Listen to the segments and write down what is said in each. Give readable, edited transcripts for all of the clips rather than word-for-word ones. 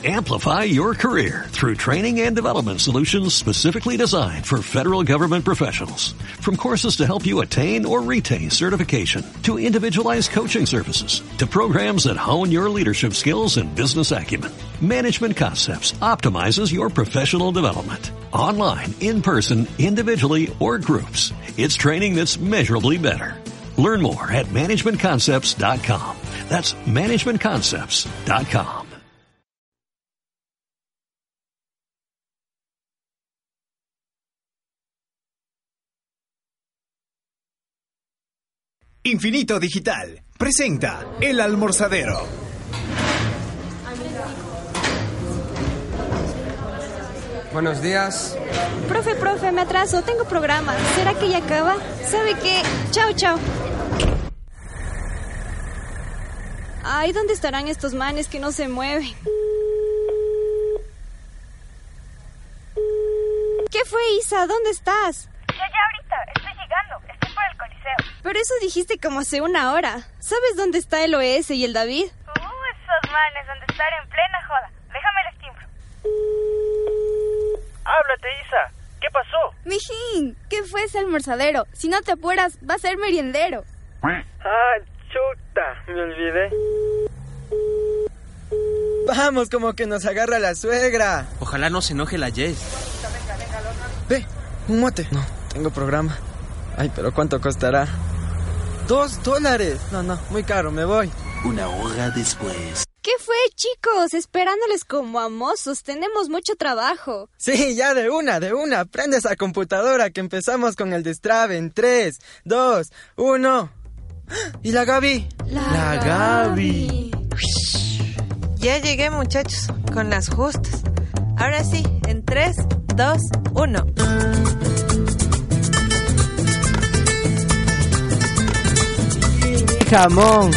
Amplify your career through training and development solutions specifically designed for federal government professionals. From courses to help you attain or retain certification, to individualized coaching services, to programs that hone your leadership skills and business acumen, Management Concepts optimizes your professional development. Online, in person, individually, or groups, it's training that's measurably better. Learn more at managementconcepts.com. That's managementconcepts.com. Infinito Digital presenta El Almorzadero. Buenos días. Profe, me atraso, tengo programa. ¿Será que ya acaba? ¿Sabe qué? Chao. Ay, ¿dónde estarán estos manes que no se mueven? ¿Qué fue, Isa? ¿Dónde estás? Ya ahorita, estoy llegando, estoy por el Coliseo. Pero eso dijiste como hace una hora. ¿Sabes dónde está el OS y el David? Esos manes han de estar en plena joda. Déjame les timbro. Háblate, Isa. ¿Qué pasó? Mijín, ¿qué fue ese almorzadero? Si no te apuras, va a ser meriendero. Ah, chuta, me olvidé. Vamos, como que nos agarra la suegra. Ojalá no se enoje la Jess. Ve, un mote. No, tengo programa. Ay, pero ¿cuánto costará? $2. No, muy caro, me voy. Una hora después. ¿Qué fue, chicos? Esperándoles como a mozos. Tenemos mucho trabajo. Sí, ya de una. Prende esa computadora que empezamos con el destrave en 3, 2, 1. ¿Y la Gaby? La Gaby. Ya llegué, muchachos, con las justas. Ahora sí, en 3, 2, 1. Jamón.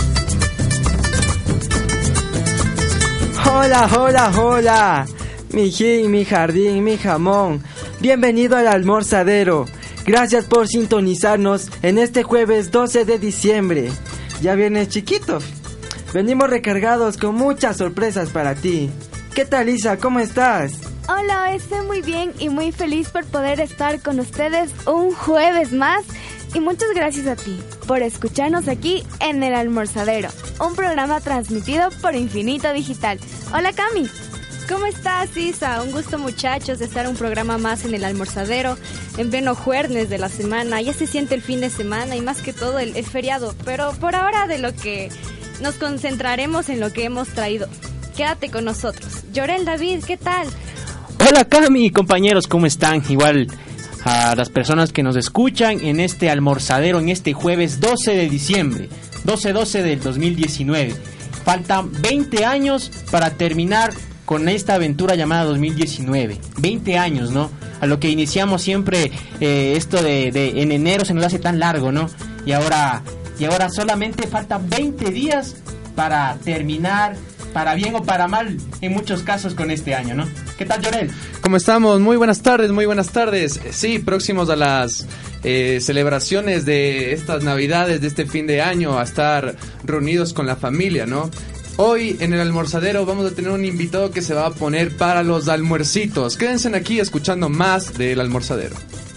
Hola. Mi jin, mi jardín, mi jamón. Bienvenido al almorzadero. Gracias por sintonizarnos en este jueves 12 de diciembre. Ya vienes, chiquito. Venimos recargados con muchas sorpresas para ti. ¿Qué tal, Isa? ¿Cómo estás? Hola, estoy muy bien y muy feliz por poder estar con ustedes un jueves más. Y muchas gracias a ti por escucharnos aquí en El Almorzadero, un programa transmitido por Infinito Digital. Hola, Cami. ¿Cómo estás, Isa? Un gusto, muchachos, de estar un programa más en El Almorzadero, en pleno jueves de la semana. Ya se siente el fin de semana y más que todo el feriado. Pero por ahora de lo que nos concentraremos en lo que hemos traído. Quédate con nosotros. Llorel, David, ¿qué tal? Hola, Cami, compañeros, ¿cómo están? Igual a las personas que nos escuchan en este almorzadero, en este jueves 12 de diciembre, 12 del 2019. Faltan 20 años para terminar con esta aventura llamada 2019. 20 años, ¿no? A lo que iniciamos siempre esto de en enero se nos hace tan largo, ¿no? Y ahora solamente faltan 20 días para terminar, para bien o para mal, en muchos casos con este año, ¿no? ¿Qué tal, Llorel? ¿Cómo estamos? Muy buenas tardes. Sí, próximos a las celebraciones de estas navidades, de este fin de año, a estar reunidos con la familia, ¿no? Hoy en el almorzadero vamos a tener un invitado que se va a poner para los almuercitos. Quédense aquí escuchando más del almorzadero.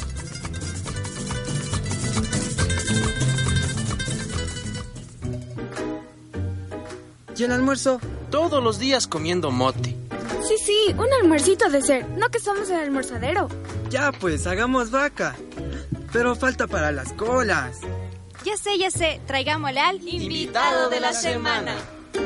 ¿Y el almuerzo? Todos los días comiendo mote. Sí, un almuercito de ser, no que somos el almorzadero. Ya pues, hagamos vaca. Pero falta para las colas. Ya sé, traigámosle al invitado de la semana.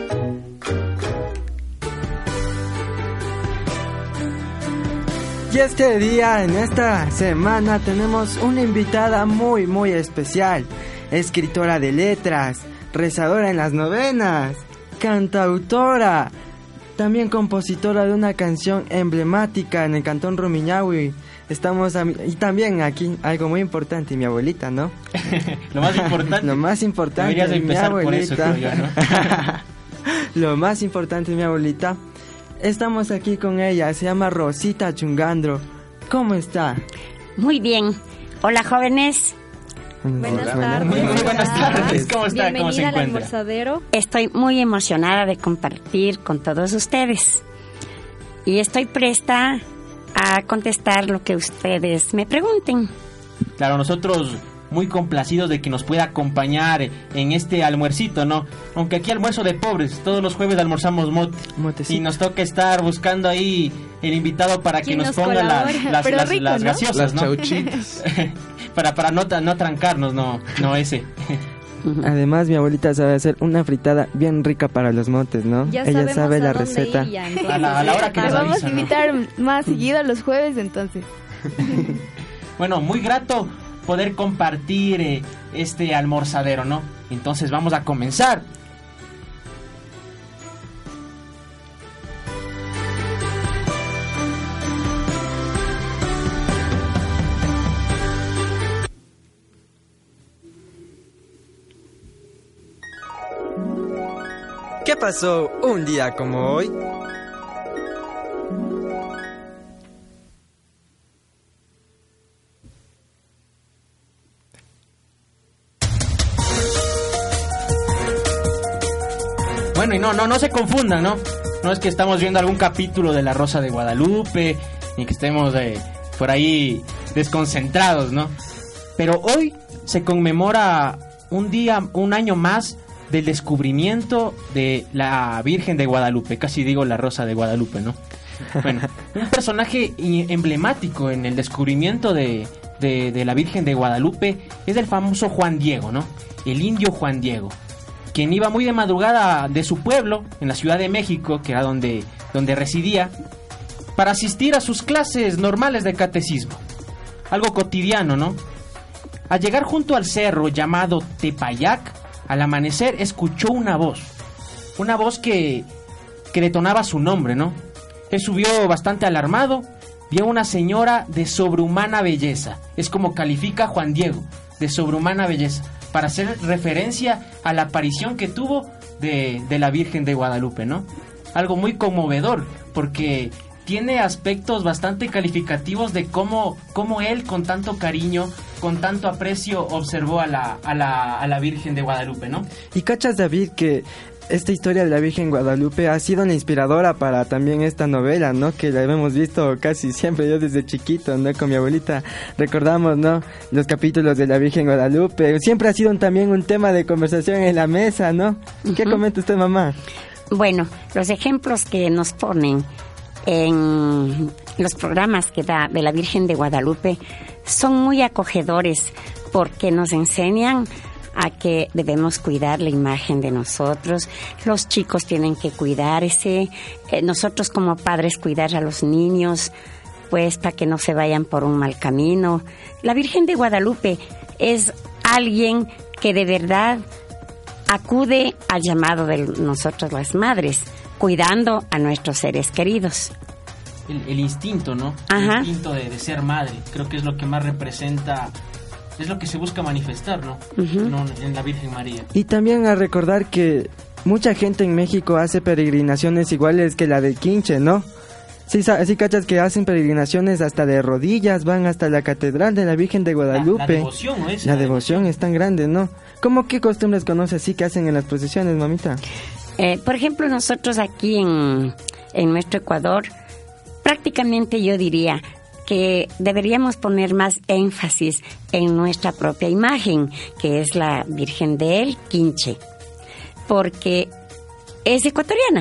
Y este día, en esta semana, tenemos una invitada muy especial. Escritora de letras, rezadora en las novenas, cantautora, también compositora de una canción emblemática en el Cantón Rumiñahui. Y también aquí, algo muy importante, mi abuelita, ¿no? Lo más importante. Deberías empezar mi abuelita. por eso, creo yo, ¿no? Lo más importante, mi abuelita. Estamos aquí con ella, se llama Rosita Chungandro. ¿Cómo está? Muy bien. Hola, jóvenes. Buenas Hola. tardes. Muy buenas tardes. ¿Cómo está? ¿Cómo se Bienvenida al encuentra? almorzadero. Estoy muy emocionada de compartir con todos ustedes y estoy presta a contestar lo que ustedes me pregunten. Claro, nosotros muy complacidos de que nos pueda acompañar en este almuercito, ¿no? Aunque aquí almuerzo de pobres, todos los jueves almorzamos Motecito. y nos toca estar buscando ahí el invitado para que ¿Quién nos nos ponga colabora? las Pero rico, ¿no? gaseosas, Las ¿no? chauchitas. para no trancarnos, no ese. Además, mi abuelita sabe hacer una fritada bien rica para los motes, ¿no? Ya Ella sabemos sabe a la dónde receta. ir ya, entonces. A la hora que Te nos vamos avisa, a ¿no? invitar más seguido los jueves, entonces. Bueno, muy grato poder compartir este almorzadero, ¿no? Entonces vamos a comenzar. ¿Qué pasó un día como hoy? Bueno, y no se confundan, ¿no? No es que estamos viendo algún capítulo de La Rosa de Guadalupe, ni que estemos por ahí desconcentrados, ¿no? Pero hoy se conmemora un año más del descubrimiento de la Virgen de Guadalupe, casi digo La Rosa de Guadalupe, ¿no? Bueno, un personaje emblemático en el descubrimiento de la Virgen de Guadalupe es el famoso Juan Diego, ¿no? El indio Juan Diego, quien iba muy de madrugada de su pueblo, en la Ciudad de México, que era donde residía, para asistir a sus clases normales de catecismo. Algo cotidiano, ¿no? Al llegar junto al cerro llamado Tepayac, al amanecer escuchó una voz que detonaba su nombre, ¿no? Él subió bastante alarmado, vio a una señora de sobrehumana belleza, es como califica Juan Diego, de sobrehumana belleza, para hacer referencia a la aparición que tuvo de la Virgen de Guadalupe, ¿no? Algo muy conmovedor, porque tiene aspectos bastante calificativos de cómo él, con tanto cariño, con tanto aprecio, observó a la Virgen de Guadalupe, ¿no? Y cachas, David, que esta historia de la Virgen Guadalupe ha sido una inspiradora para también esta novela, ¿no? Que la hemos visto casi siempre, yo desde chiquito, ¿no? Con mi abuelita recordamos, ¿no? Los capítulos de la Virgen Guadalupe. Siempre ha sido también un tema de conversación en la mesa, ¿no? ¿Qué comenta usted, mamá? Bueno, los ejemplos que nos ponen en los programas que da de la Virgen de Guadalupe son muy acogedores porque nos enseñan a que debemos cuidar la imagen de nosotros, los chicos tienen que cuidarse, nosotros como padres cuidar a los niños, pues para que no se vayan por un mal camino. La Virgen de Guadalupe es alguien que de verdad acude al llamado de nosotros las madres, cuidando a nuestros seres queridos. El instinto, ¿no? Ajá. El instinto de ser madre, creo que es lo que más representa, es lo que se busca manifestar, ¿no? Uh-huh. En la Virgen María. Y también a recordar que mucha gente en México hace peregrinaciones iguales que la del Quinche, ¿no? Sí, así cachas que hacen peregrinaciones hasta de rodillas, van hasta la Catedral de la Virgen de Guadalupe. La devoción, ¿no es? La devoción es tan grande, ¿no? ¿Cómo qué costumbres conoce así que hacen en las procesiones, mamita? Por ejemplo, nosotros aquí en nuestro Ecuador, prácticamente yo diría que deberíamos poner más énfasis en nuestra propia imagen, que es la Virgen del Quinche, porque es ecuatoriana,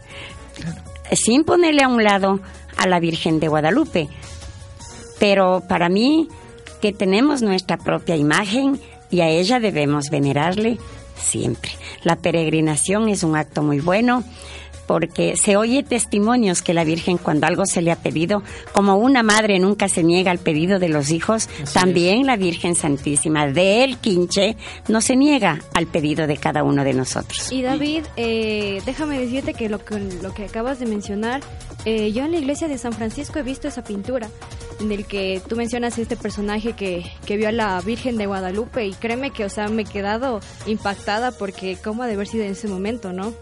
sin ponerle a un lado a la Virgen de Guadalupe. Pero para mí, que tenemos nuestra propia imagen y a ella debemos venerarle siempre. La peregrinación es un acto muy bueno, porque se oye testimonios que la Virgen, cuando algo se le ha pedido, como una madre nunca se niega al pedido de los hijos, así también es. La Virgen Santísima del Quinche no se niega al pedido de cada uno de nosotros. Y David, déjame decirte que lo que acabas de mencionar, yo en la iglesia de San Francisco he visto esa pintura en el que tú mencionas este personaje que vio a la Virgen de Guadalupe, y créeme que, o sea, me he quedado impactada porque cómo ha de haber sido en ese momento, ¿no?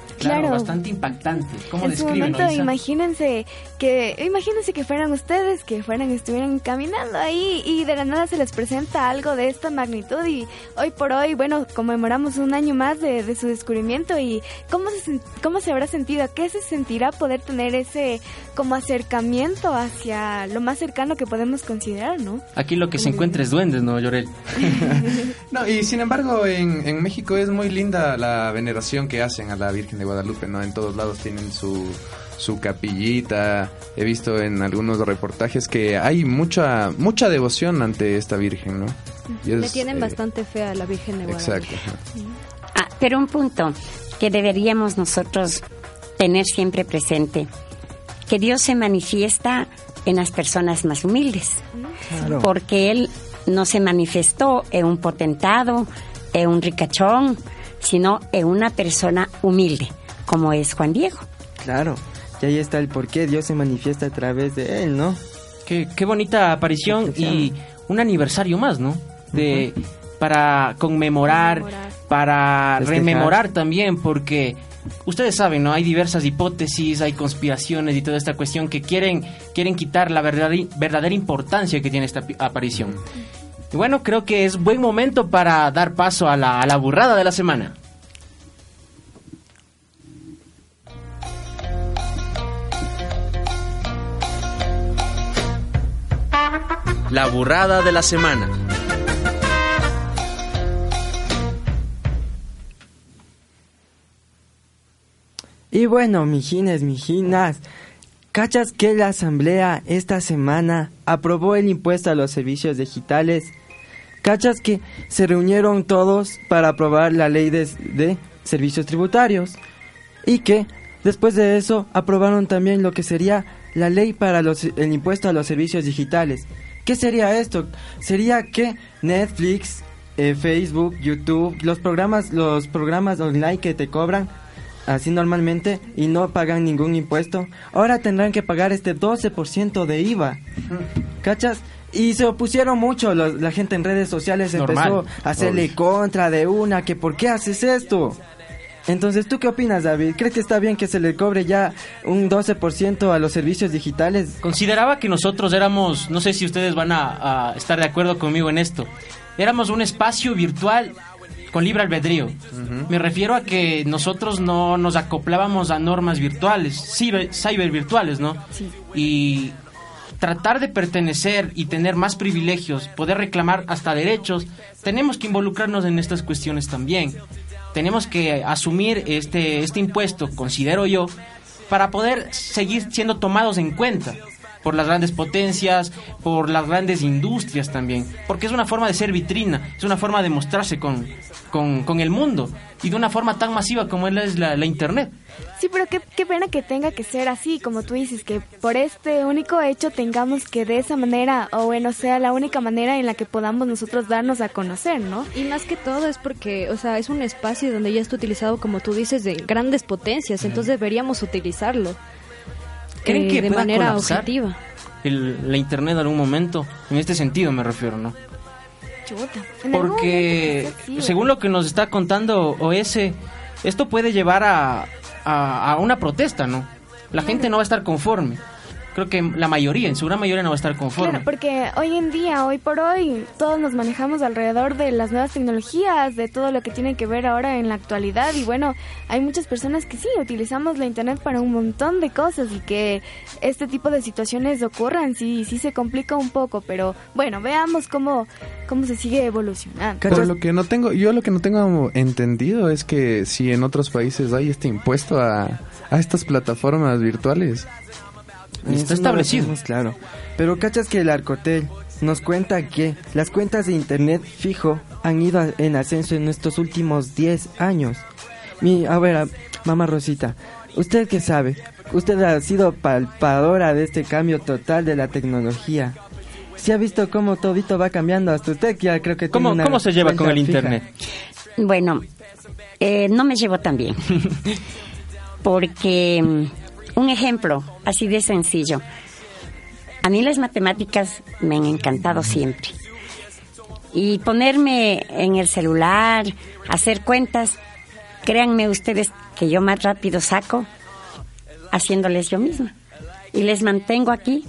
Claro, bastante impactante. ¿Cómo describen? En su momento, imagínense que fueran ustedes, estuvieran caminando ahí y de la nada se les presenta algo de esta magnitud y hoy por hoy, bueno, conmemoramos un año más de su descubrimiento y ¿cómo se habrá sentido? ¿Qué se sentirá poder tener ese como acercamiento hacia lo más cercano que podemos considerar, ¿no? Aquí lo que se encuentra es duendes, ¿no, Llorel? No, y sin embargo en México es muy linda la veneración que hacen a la Virgen de Guadalupe, ¿no? En todos lados tienen su capillita. He visto en algunos reportajes que hay mucha devoción ante esta Virgen, ¿no? Le tienen bastante fe a la Virgen de Guadalupe. Exacto. Pero un punto que deberíamos nosotros tener siempre presente, que Dios se manifiesta en las personas más humildes. Claro. Porque Él no se manifestó en un potentado, en un ricachón, sino en una persona humilde, como es Juan Diego. Claro, y ahí está el por qué Dios se manifiesta a través de él, ¿no? Qué bonita aparición y un aniversario más, ¿no? Para conmemorar, para rememorar también, porque ustedes saben, ¿no? Hay diversas hipótesis, hay conspiraciones y toda esta cuestión que quieren quitar la verdadera importancia que tiene esta aparición. Y bueno, creo que es buen momento para dar paso a la burrada de la semana. La burrada de la semana. Y bueno, mijinas, ¿cachas que la Asamblea esta semana aprobó el impuesto a los servicios digitales? ¿Cachas que se reunieron todos para aprobar la ley de servicios tributarios? Y que después de eso aprobaron también lo que sería la ley para el impuesto a los servicios digitales. ¿Qué sería esto? Sería que Netflix, Facebook, YouTube, los programas online que te cobran así normalmente y no pagan ningún impuesto, ahora tendrán que pagar este 12% de IVA. ¿Cachas? Y se opusieron mucho, la gente en redes sociales empezó a hacerle contra de una, que ¿por qué haces esto? Entonces, ¿tú qué opinas, David? ¿Crees que está bien que se le cobre ya un 12% a los servicios digitales? Consideraba que nosotros éramos, no sé si ustedes van a estar de acuerdo conmigo en esto, éramos un espacio virtual con libre albedrío. Me refiero a que nosotros no nos acoplábamos a normas virtuales, cyber virtuales, ¿no? Sí. Y tratar de pertenecer y tener más privilegios, poder reclamar hasta derechos, tenemos que involucrarnos en estas cuestiones también. Tenemos que asumir este impuesto, considero yo, para poder seguir siendo tomados en cuenta por las grandes potencias, por las grandes industrias también, porque es una forma de ser vitrina, es una forma de mostrarse con el mundo y de una forma tan masiva como es la internet. Sí, pero qué pena que tenga que ser así, como tú dices, que por este único hecho tengamos que de esa manera, o bueno, sea la única manera en la que podamos nosotros darnos a conocer, ¿no? Y más que todo es porque, o sea, es un espacio donde ya está utilizado, como tú dices, de grandes potencias, entonces deberíamos utilizarlo. ¿Creen que de manera objetiva? La internet en algún momento, en este sentido me refiero, ¿no? Porque según lo que nos está contando OS, esto puede llevar a una protesta, ¿no? La gente no va a estar conforme. Creo que la mayoría, en su gran mayoría no va a estar conforme. Claro, porque hoy por hoy, todos nos manejamos alrededor de las nuevas tecnologías, de todo lo que tiene que ver ahora en la actualidad. Y bueno, hay muchas personas que sí, utilizamos la internet para un montón de cosas y que este tipo de situaciones ocurran, sí se complica un poco. Pero bueno, veamos cómo se sigue evolucionando. Pero lo que no tengo entendido es que si en otros países hay este impuesto a estas plataformas virtuales. Está establecido. Claro. Pero cachas que el Arcotel nos cuenta que las cuentas de internet fijo han ido en ascenso en estos últimos 10 años. A ver, mamá Rosita, ¿usted qué sabe? Usted ha sido palpadora de este cambio total de la tecnología. ¿Se ha visto cómo todito va cambiando? Hasta usted ya creo que tiene ¿Cómo se lleva con el internet? Bueno, no me llevo tan bien. Porque... un ejemplo, así de sencillo. A mí las matemáticas me han encantado siempre. Y ponerme en el celular, hacer cuentas, créanme ustedes que yo más rápido saco haciéndoles yo misma. Y les mantengo aquí,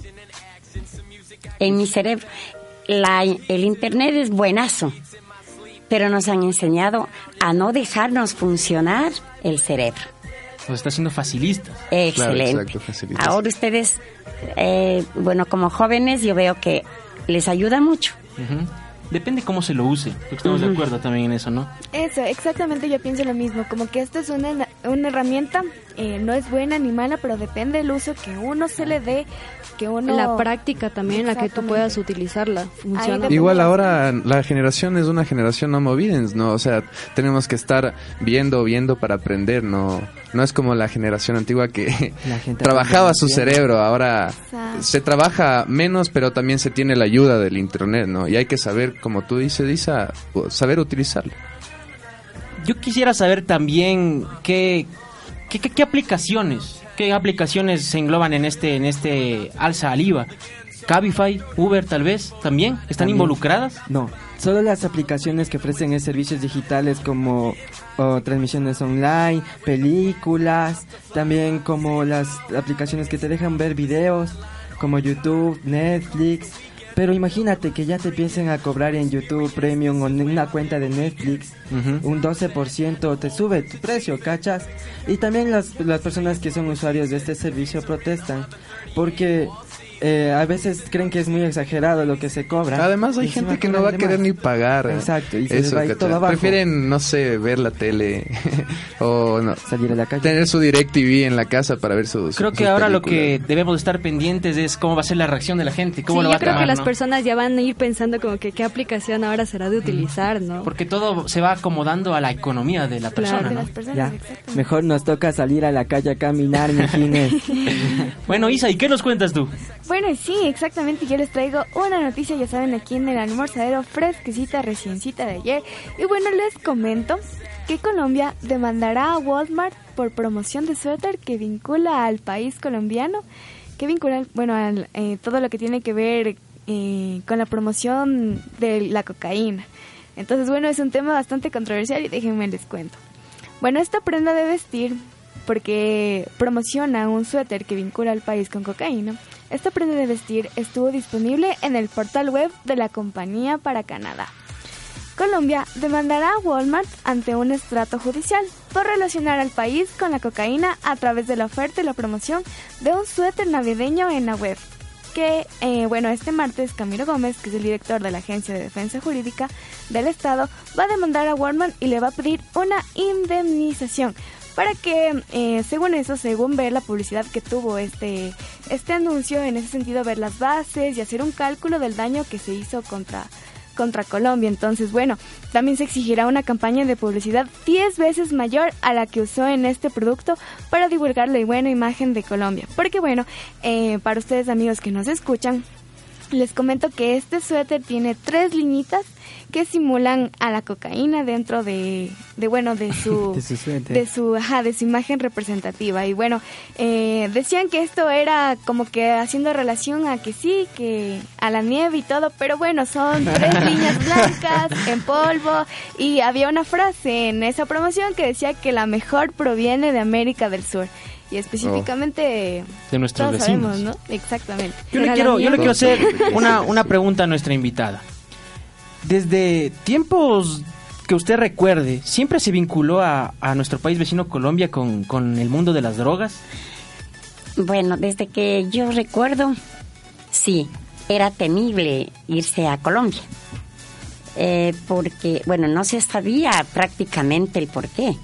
en mi cerebro. El internet es buenazo, pero nos han enseñado a no dejarnos funcionar el cerebro. Pues está siendo facilista. Excelente. Claro, exacto, facilista. Ahora ustedes, bueno, como jóvenes, yo veo que les ayuda mucho. Uh-huh. Depende cómo se lo use. Estamos de acuerdo también en eso, ¿no? Eso, exactamente, yo pienso lo mismo. Como que esta es una herramienta, no es buena ni mala, pero depende del uso que uno se le dé, que uno... La práctica también, la que tú puedas utilizarla, funciona. Igual ahora la generación es una generación no movidens, ¿no? O sea, tenemos que estar viendo para aprender, ¿no? No es como la generación antigua que trabajaba su cerebro. Ahora se trabaja menos, pero también se tiene la ayuda del internet, ¿no? Y hay que saber, como tú dices, Isa, saber utilizarlo. Yo quisiera saber también qué aplicaciones se engloban en este alza al IVA. Cabify, Uber tal vez, ¿también? ¿Están involucradas? No, solo las aplicaciones que ofrecen servicios digitales como transmisiones online, películas, también como las aplicaciones que te dejan ver videos como YouTube, Netflix. Pero imagínate que ya te empiecen a cobrar en YouTube Premium o en una cuenta de Netflix, un 12% te sube tu precio, ¿cachas? Y también las personas que son usuarios de este servicio protestan porque a veces creen que es muy exagerado lo que se cobra. Además hay gente que no va a querer ni pagar. Exacto, y se eso, les va a ir todo abajo. Prefieren, no sé, ver la tele o no, salir a la calle, tener su DirecTV en la casa para ver sus Creo que ahora películas. Lo que debemos estar pendientes es cómo va a ser la reacción de la gente, cómo lo va a tomar. Yo creo que las personas ya van a ir pensando como que qué aplicación ahora será de utilizar, ¿no? Porque todo se va acomodando a la economía de la persona, de ¿no? las personas, ya. Mejor nos toca salir a la calle a caminar, mijines. Bueno, Isa, ¿y qué nos cuentas tú? Bueno, sí, exactamente, yo les traigo una noticia, ya saben, aquí en el almorzadero, fresquecita, reciencita de ayer. Y bueno, les comento que Colombia demandará a Walmart por promoción de suéter que vincula al país colombiano, que vincula, bueno, todo lo que tiene que ver con la promoción de la cocaína. Entonces, bueno, es un tema bastante controversial y déjenme les cuento. Bueno, esta prenda de vestir, porque promociona un suéter que vincula al país con cocaína, esta prenda de vestir estuvo disponible en el portal web de la compañía para Canadá. Colombia demandará a Walmart ante un estrato judicial por relacionar al país con la cocaína a través de la oferta y la promoción de un suéter navideño en la web. Que, bueno, este martes Camilo Gómez, que es el director de la Agencia de Defensa Jurídica del Estado, va a demandar a Walmart y le va a pedir una indemnización para que, según ver la publicidad que tuvo este anuncio, en ese sentido ver las bases y hacer un cálculo del daño que se hizo contra Colombia. Entonces, bueno, también se exigirá una campaña de publicidad 10 veces mayor a la que usó en este producto para divulgar la buena imagen de Colombia. Porque, bueno, para ustedes amigos que nos escuchan, les comento que este suéter tiene 3 liñitas que simulan a la cocaína dentro de su imagen representativa. Y bueno, decían que esto era como que haciendo relación a que sí, que a la nieve y todo, pero bueno, son 3 líneas blancas en polvo, y había una frase en esa promoción que decía que la mejor proviene de América del Sur. Y específicamente de nuestros todos vecinos, sabemos, ¿no? Exactamente. Yo le quiero hacer una pregunta a nuestra invitada. Desde tiempos que usted recuerde, ¿siempre se vinculó a nuestro país vecino Colombia con el mundo de las drogas? Bueno, desde que yo recuerdo, sí, era temible irse a Colombia. Porque, bueno, no se sabía prácticamente el porqué.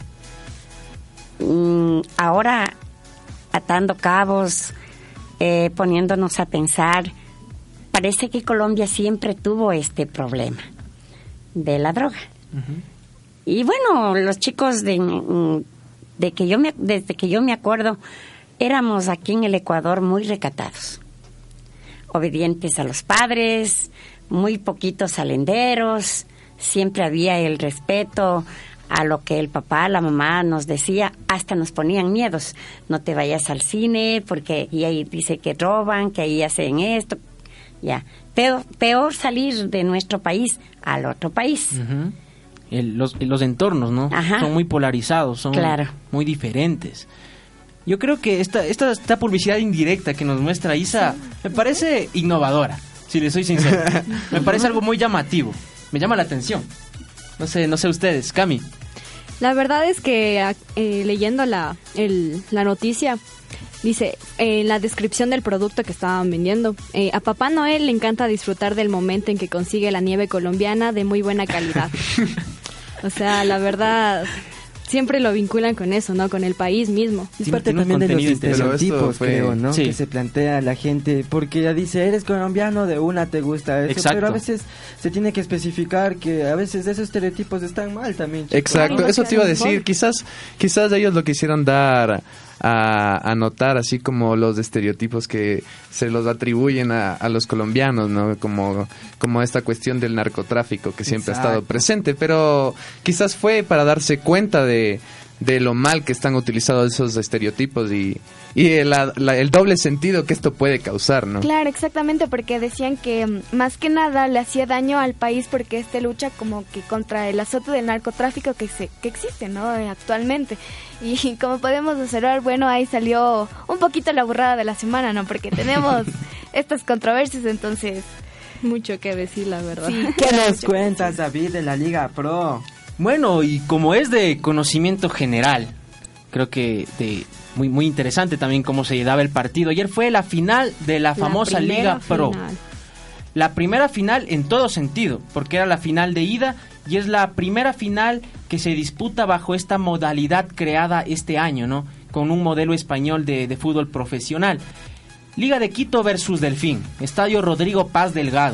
Ahora, atando cabos, poniéndonos a pensar, parece que Colombia siempre tuvo este problema de la droga. Uh-huh. Y bueno, los chicos desde que yo me acuerdo, éramos aquí en el Ecuador muy recatados, obedientes a los padres, muy poquitos salenderos, siempre había el respeto a lo que el papá, la mamá nos decía, hasta nos ponían miedos. No te vayas al cine porque y ahí dice que roban, que ahí hacen esto. Ya, peor salir de nuestro país al otro país. Uh-huh. los entornos, ¿no? Ajá. Son muy polarizados, son muy diferentes. Yo creo que esta publicidad indirecta que nos muestra Isa me parece innovadora, si le soy sincero. Me parece algo muy llamativo, me llama la atención. No sé ustedes, Cami. La verdad es que leyendo la noticia, dice en la descripción del producto que estaban vendiendo, a Papá Noel le encanta disfrutar del momento en que consigue la nieve colombiana de muy buena calidad. O sea, la verdad, siempre lo vinculan con eso, ¿no? Con el país mismo. Es parte también de los estereotipos, creo, ¿no? Sí. Que se plantea la gente, porque ya dice, eres colombiano, de una te gusta eso. Exacto. Pero a veces se tiene que especificar que a veces esos estereotipos están mal también, chicos. Exacto, eso te iba a decir. Quizás ellos lo quisieron dar a notar, así como los estereotipos que se los atribuyen a los colombianos, ¿no? Como esta cuestión del narcotráfico que siempre ha estado presente, pero quizás fue para darse cuenta de lo mal que están utilizados esos estereotipos y el doble sentido que esto puede causar, ¿no? Claro, exactamente, porque decían que más que nada le hacía daño al país porque lucha como que contra el azote del narcotráfico que existe, ¿no? Actualmente. Y como podemos observar, bueno, ahí salió un poquito la burrada de la semana, ¿no? Porque tenemos estas controversias, entonces... Mucho que decir, la verdad. Sí, ¿qué nos cuentas, David, de la Liga Pro? Bueno, y como es de conocimiento general, creo que muy interesante también cómo se daba el partido. Ayer fue la final de la famosa Liga Pro. La primera final en todo sentido, porque era la final de ida y es la primera final que se disputa bajo esta modalidad creada este año, ¿no? Con un modelo español de fútbol profesional. Liga de Quito versus Delfín, Estadio Rodrigo Paz Delgado.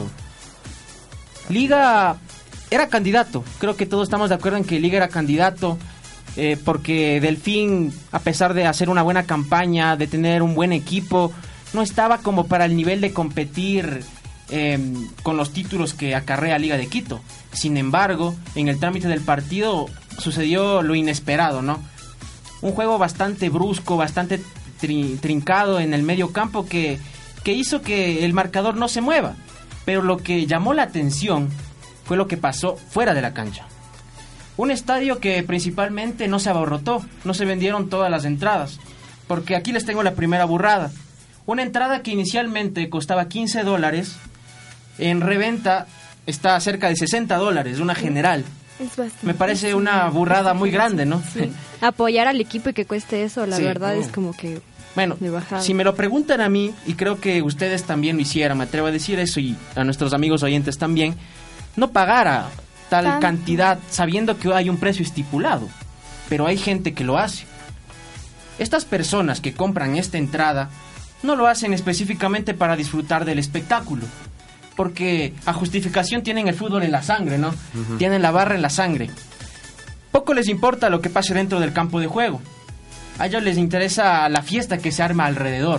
Liga era candidato, creo que todos estamos de acuerdo en que Liga era candidato, porque Delfín, a pesar de hacer una buena campaña, de tener un buen equipo, no estaba como para el nivel de competir con los títulos que acarrea Liga de Quito. Sin embargo, en el trámite del partido sucedió lo inesperado, ¿no? Un juego bastante brusco, bastante trincado en el medio campo que hizo que el marcador no se mueva. Pero lo que llamó la atención fue lo que pasó fuera de la cancha. Un estadio que principalmente no se abarrotó, no se vendieron todas las entradas. Porque aquí les tengo la primera burrada. Una entrada que inicialmente costaba $15, en reventa está cerca de $60, una general. Me parece una burrada muy grande, ¿no? Sí. Apoyar al equipo y que cueste eso, la verdad es como que... Bueno, si me lo preguntan a mí, y creo que ustedes también lo hicieran, me atrevo a decir eso, y a nuestros amigos oyentes también, no pagara tal cantidad sabiendo que hay un precio estipulado, pero hay gente que lo hace. Estas personas que compran esta entrada no lo hacen específicamente para disfrutar del espectáculo, porque a justificación tienen el fútbol en la sangre, ¿no? Uh-huh. Tienen la barra en la sangre. Poco les importa lo que pase dentro del campo de juego. A ellos les interesa la fiesta que se arma alrededor.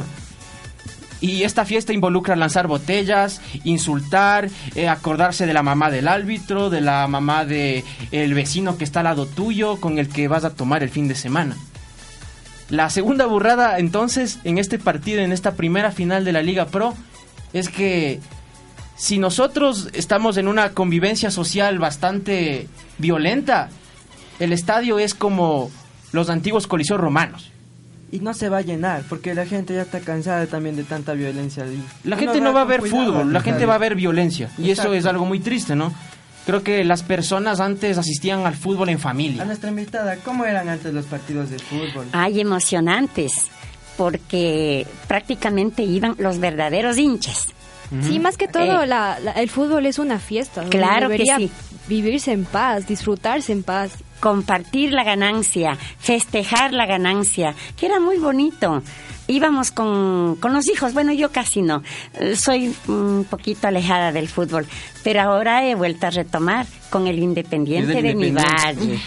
Y esta fiesta involucra lanzar botellas, insultar, acordarse de la mamá del árbitro, de la mamá del vecino que está al lado tuyo, con el que vas a tomar el fin de semana. La segunda burrada, entonces, en este partido, en esta primera final de la Liga Pro, es que si nosotros estamos en una convivencia social bastante violenta, el estadio es como los antiguos coliseos romanos. Y no se va a llenar, porque la gente ya está cansada también de tanta violencia. La gente no va a ver fútbol, la gente va a ver violencia. Y eso es algo muy triste, ¿no? Creo que las personas antes asistían al fútbol en familia. A nuestra invitada, ¿cómo eran antes los partidos de fútbol? Ay, emocionantes, porque prácticamente iban los verdaderos hinchas. Sí, más que todo el fútbol es una fiesta. Claro que sí. Vivirse en paz, disfrutarse en paz. Compartir la ganancia, festejar la ganancia, que era muy bonito. Íbamos con los hijos, bueno, yo casi no, soy un poquito alejada del fútbol, pero ahora he vuelto a retomar con el Independiente de mi valle.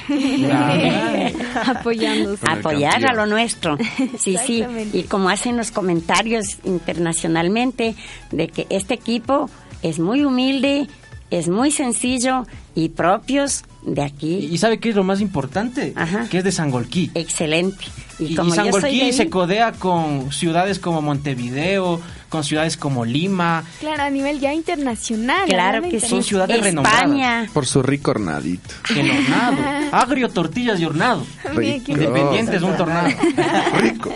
Apoyar a lo nuestro, sí, y como hacen los comentarios internacionalmente de que este equipo es muy humilde, es muy sencillo y propios de aquí. ¿Y sabe qué es lo más importante? Ajá. Que es de Sangolquí. Excelente. Y como yo soy de Sangolquí ahí, se codea con ciudades como Montevideo, con ciudades como Lima. Claro, a nivel ya internacional. Claro que sí. Son ciudades España. renombradas. Por su rico hornadito. El hornado. Agrio, tortillas y hornado. Rico. Independientes de un tornado. Rico.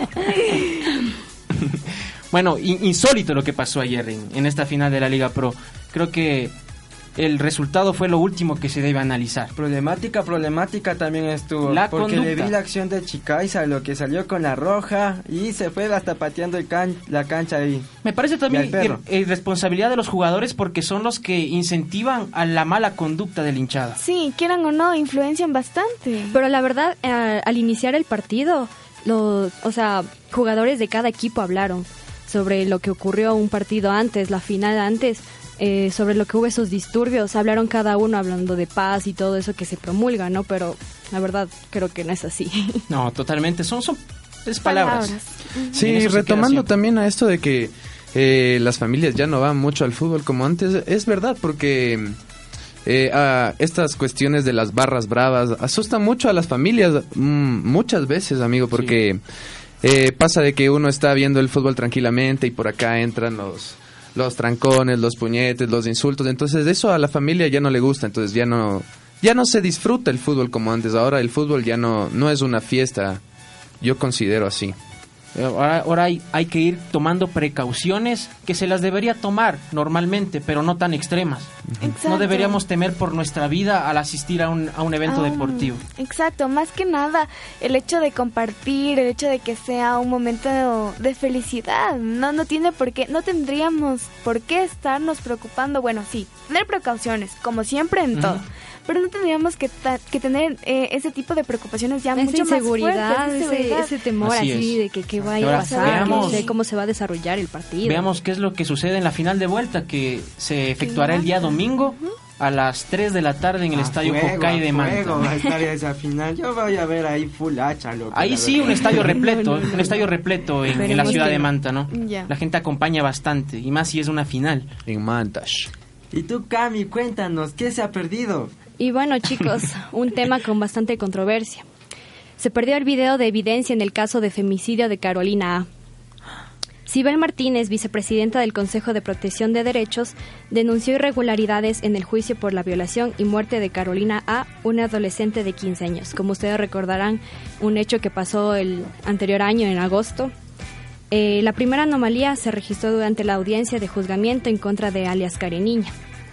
Bueno, insólito lo que pasó ayer en esta final de la Liga Pro. Creo que el resultado fue lo último que se debe analizar. Problemática también estuvo. La porque conducta. le vi la acción de Chicaiza, lo que salió con la roja y se fue hasta pateando la cancha ahí. Me parece también irresponsabilidad de los jugadores porque son los que incentivan a la mala conducta de la hinchada. Sí, quieran o no, influencian bastante. Pero la verdad, al iniciar el partido, jugadores de cada equipo hablaron sobre lo que ocurrió un partido antes, la final antes, sobre lo que hubo esos disturbios. Hablaron cada uno hablando de paz y todo eso que se promulga, ¿no? Pero la verdad creo que no es así. No, totalmente, son palabras. Sí, retomando también a esto de que las familias ya no van mucho al fútbol como antes, es verdad, porque estas cuestiones de las barras bravas asustan mucho a las familias muchas veces, amigo, porque pasa de que uno está viendo el fútbol tranquilamente y por acá entran los trancones, los puñetes, los insultos. Entonces eso a la familia ya no le gusta, entonces ya no se disfruta el fútbol como antes. Ahora el fútbol ya no es una fiesta, yo considero así. Ahora hay que ir tomando precauciones que se las debería tomar normalmente, pero no tan extremas. Exacto. No deberíamos temer por nuestra vida al asistir a un evento deportivo. Exacto, más que nada el hecho de compartir, el hecho de que sea un momento de felicidad, no tendríamos por qué estarnos preocupando. Bueno, sí, tener precauciones, como siempre en todo. Pero no tendríamos que tener ese tipo de preocupaciones ya mucho más fuertes. Ese temor así de que qué vaya a pasar, no sé cómo se va a desarrollar el partido. Veamos qué es lo que sucede en la final de vuelta, que se efectuará el día domingo a las 3 de la tarde en el estadio Hokkaido de Manta. Va a estar esa final. Yo voy a ver ahí full hacha. Ahí sí, un estadio repleto, en la ciudad de Manta, ¿no? Ya. La gente acompaña bastante, y más si es una final. En Mantash. Y tú, Cami, cuéntanos, ¿qué se ha perdido? Y bueno, chicos, un tema con bastante controversia. Se perdió el video de evidencia en el caso de femicidio de Carolina A. Sibel Martínez, vicepresidenta del Consejo de Protección de Derechos, denunció irregularidades en el juicio por la violación y muerte de Carolina A., una adolescente de 15 años. Como ustedes recordarán, un hecho que pasó el anterior año, en agosto. La primera anomalía se registró durante la audiencia de juzgamiento en contra de alias Kareniña.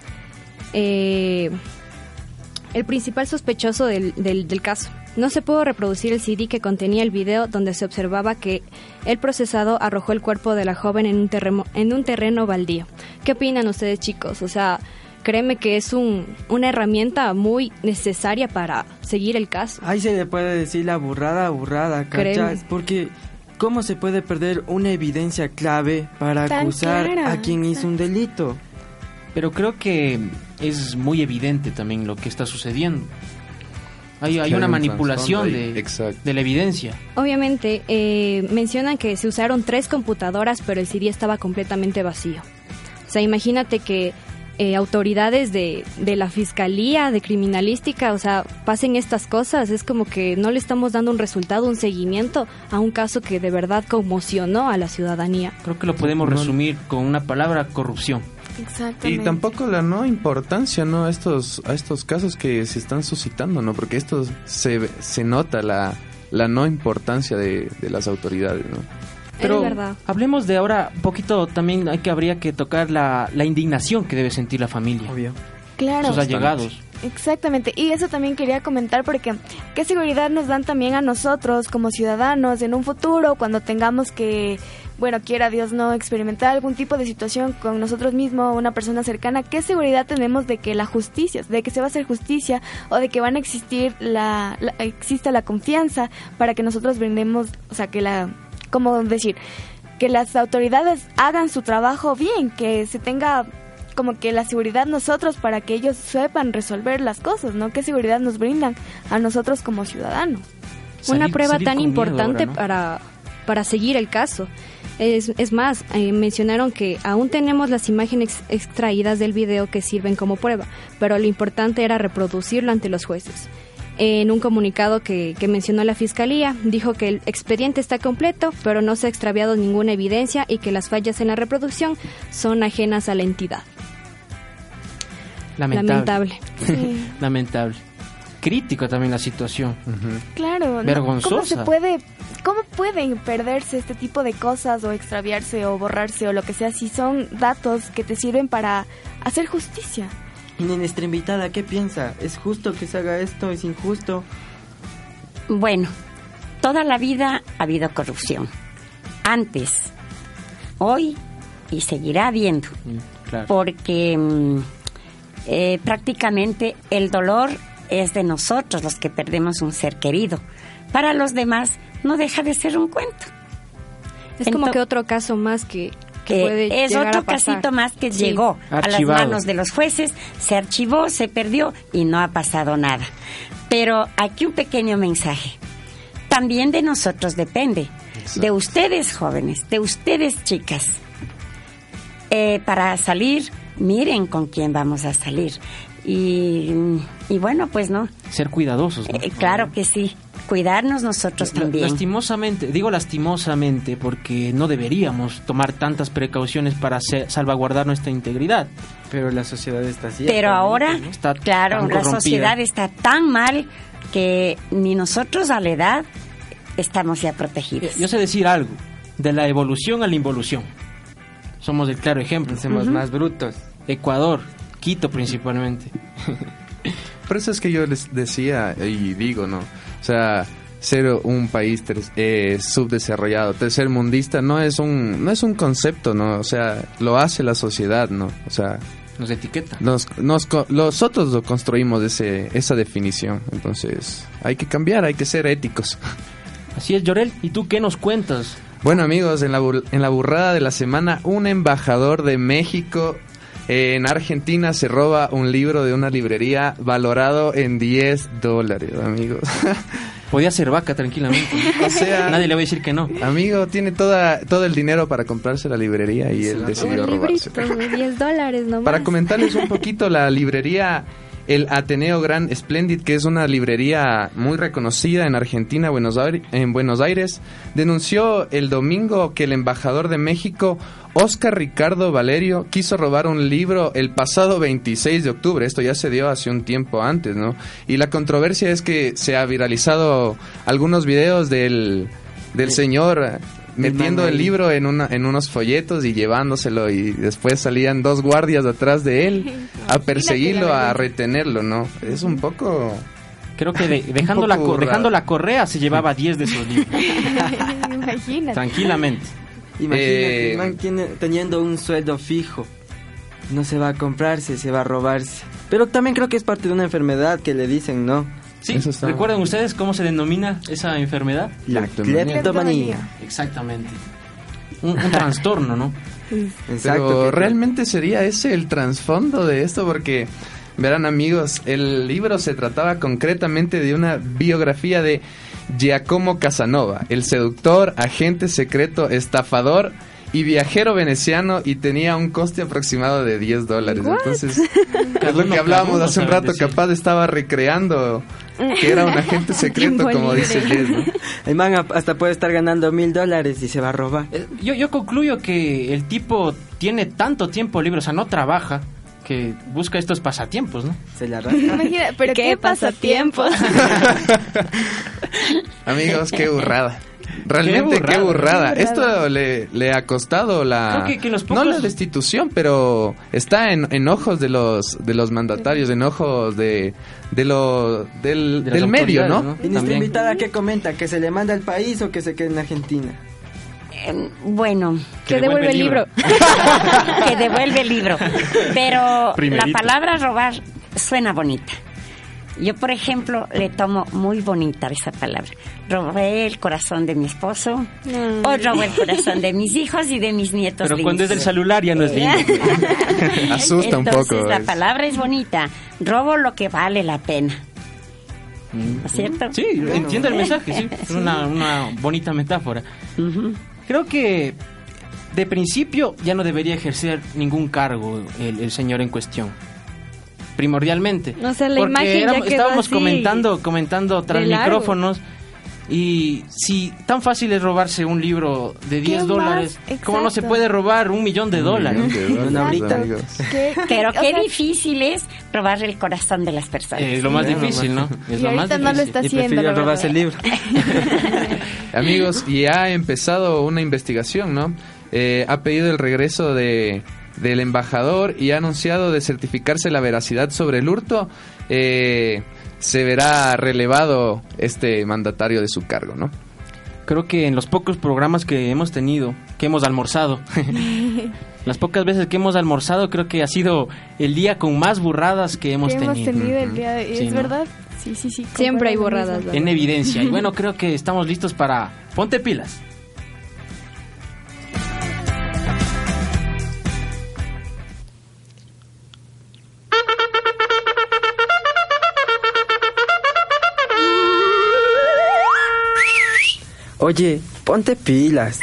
El principal sospechoso del caso. No se pudo reproducir el CD que contenía el video donde se observaba que el procesado arrojó el cuerpo de la joven en un terreno baldío. ¿Qué opinan ustedes, chicos? O sea, créeme que es una herramienta muy necesaria para seguir el caso. Ahí se le puede decir la burrada, ¿cachas? Porque ¿cómo se puede perder una evidencia clave para acusar a quien hizo un delito? Pero creo que es muy evidente también lo que está sucediendo. Hay una manipulación de la evidencia. Obviamente, mencionan que se usaron 3 computadoras, pero el CD estaba completamente vacío. O sea, imagínate que autoridades de la Fiscalía, de Criminalística, o sea, pasen estas cosas. Es como que no le estamos dando un resultado, un seguimiento a un caso que de verdad conmocionó a la ciudadanía. Creo que lo podemos resumir con una palabra: corrupción. Exactamente. Y tampoco la no importancia, ¿no? a estos casos que se están suscitando, ¿no? Porque esto se nota la no importancia de las autoridades, ¿no? Pero es verdad. Hablemos de ahora un poquito también. Habría que tocar la indignación que debe sentir la familia. Obvio. Claro. Sus allegados. Exactamente, y eso también quería comentar, porque qué seguridad nos dan también a nosotros como ciudadanos en un futuro, cuando tengamos que, bueno, quiera Dios no, experimentar algún tipo de situación con nosotros mismos, una persona cercana. ¿Qué seguridad tenemos de que la justicia, de que se va a hacer justicia, o de que van a existir exista la confianza para que nosotros brindemos, o sea, ¿cómo decir? Que las autoridades hagan su trabajo bien, que se tenga como que la seguridad nosotros para que ellos sepan resolver las cosas, ¿no? ¿Qué seguridad nos brindan a nosotros como ciudadanos? Una prueba tan importante para seguir el caso. Es más, mencionaron que aún tenemos las imágenes extraídas del video que sirven como prueba, pero lo importante era reproducirlo ante los jueces. En un comunicado que mencionó la Fiscalía, dijo que el expediente está completo, pero no se ha extraviado ninguna evidencia y que las fallas en la reproducción son ajenas a la entidad. Lamentable. Sí. Lamentable. Crítico también la situación. Claro. Vergonzosa. ¿Cómo pueden perderse este tipo de cosas o extraviarse o borrarse o lo que sea si son datos que te sirven para hacer justicia? Y nuestra invitada, ¿qué piensa? ¿Es justo que se haga esto? ¿Es injusto? Bueno, toda la vida ha habido corrupción. Antes, hoy y seguirá habiendo. Claro. Porque prácticamente el dolor es de nosotros los que perdemos un ser querido. Para los demás no deja de ser un cuento. Es como que otro caso más que puede es llegar otro a pasar. casito más que llegó Archivado. a las manos de los jueces, se archivó, se perdió y no ha pasado nada. Pero aquí un pequeño mensaje. También de nosotros depende. Exacto. De ustedes jóvenes, de ustedes chicas. Para salir, miren con quién vamos a salir. Y bueno, pues no. Ser cuidadosos, ¿no? Claro que sí. Cuidarnos nosotros también. Lastimosamente, porque no deberíamos tomar tantas precauciones para salvaguardar nuestra integridad. Pero la sociedad está así. Pero ahora, ¿no? Está claro, la sociedad está tan mal que ni nosotros a la edad estamos ya protegidos. Yo sé decir algo, de la evolución a la involución. Somos el claro ejemplo. Somos más brutos. Ecuador, Quito principalmente. Por eso es que yo les decía y digo, ¿no? O sea, ser un país subdesarrollado, tercermundista, no es un concepto, ¿no? O sea, lo hace la sociedad, ¿no? O sea, nos etiqueta. Nosotros lo construimos esa definición. Entonces, hay que cambiar, hay que ser éticos. Así es, Llorel. ¿Y tú qué nos cuentas? Bueno, amigos, en la burrada de la semana, un embajador de México en Argentina se roba un libro de una librería valorado en $10, amigos. Podía ser vaca tranquilamente. O sea, nadie le va a decir que no. Amigo, tiene todo el dinero para comprarse la librería y él decidió robarse. Un librito de $10 nomás. Para comentarles un poquito, la librería El Ateneo Gran Splendid, que es una librería muy reconocida en Argentina, en Buenos Aires, denunció el domingo que el embajador de México, Oscar Ricardo Valerio, quiso robar un libro el pasado 26 de octubre. Esto ya se dio hace un tiempo antes, ¿no? Y la controversia es que se ha viralizado algunos videos del señor metiendo el libro en unos folletos y llevándoselo, y después salían 2 guardias atrás de él a perseguirlo, a retenerlo, ¿no? Es un poco... Creo que dejando la correa se llevaba 10 de esos libros. Imagínate. Tranquilamente. Imagínate, el man teniendo un sueldo fijo, no se va a comprarse, se va a robarse. Pero también creo que es parte de una enfermedad que le dicen, ¿no? Sí, ¿recuerdan ustedes cómo se denomina esa enfermedad? La cleptomanía. Exactamente. Un trastorno, ¿no? Exacto. Pero realmente sería ese el trasfondo de esto, porque verán, amigos, el libro se trataba concretamente de una biografía de Giacomo Casanova, el seductor, agente secreto, estafador y viajero veneciano, y tenía un coste aproximado de $10. Entonces, es lo que hablábamos hace un rato, capaz estaba recreando que era un agente secreto, como dice Jess, ¿no? El man hasta puede estar ganando $1,000 y se va a robar. Yo concluyo que el tipo tiene tanto tiempo libre, o sea, no trabaja, que busca estos pasatiempos, ¿no? Se la rasca. Imagina, pero ¿qué pasatiempos? Amigos, qué burrada. Realmente qué burrada. Esto le ha costado no la destitución, pero está en ojos de los mandatarios, en ojos del medio, ¿no? Y nuestra invitada, ¿qué comenta? ¿Que se le manda al país o que se quede en Argentina? Bueno, que devuelve el libro. Que devuelve el libro. Pero primerito. La palabra robar suena bonita. Yo, por ejemplo, le tomo muy bonita esa palabra. Robé el corazón de mi esposo, o robé el corazón de mis hijos y de mis nietos. Pero cuando es del celular ya no es lindo. Asusta un poco. Entonces, la palabra es bonita. Robo lo que vale la pena. ¿No es cierto? Sí, entiendo el mensaje, sí. Es una bonita metáfora. Creo que de principio ya no debería ejercer ningún cargo el señor en cuestión. Primordialmente. O sea, la porque imagen ya quedó estábamos así, comentando tras micrófonos. Y si tan fácil es robarse un libro de $10, ¿cómo no se puede robar $1,000,000? Una horita. Pero qué difícil es robar el corazón de las personas. Es lo más difícil, ¿no? Es y lo ahorita más no lo está haciendo. Y prefirió robarse el libro. Amigos, y ha empezado una investigación, ¿no? Ha pedido el regreso del embajador y ha anunciado de certificarse la veracidad sobre el hurto. Se verá relevado este mandatario de su cargo, ¿no? Creo que en los pocos programas que hemos tenido, que hemos almorzado, las pocas veces que hemos almorzado, creo que ha sido el día con más burradas que hemos tenido. El día de... Sí, ¿Es ¿no? verdad? Sí. Siempre hay burradas. En evidencia. Y bueno, creo que estamos listos para Ponte Pilas. Oye, ponte pilas.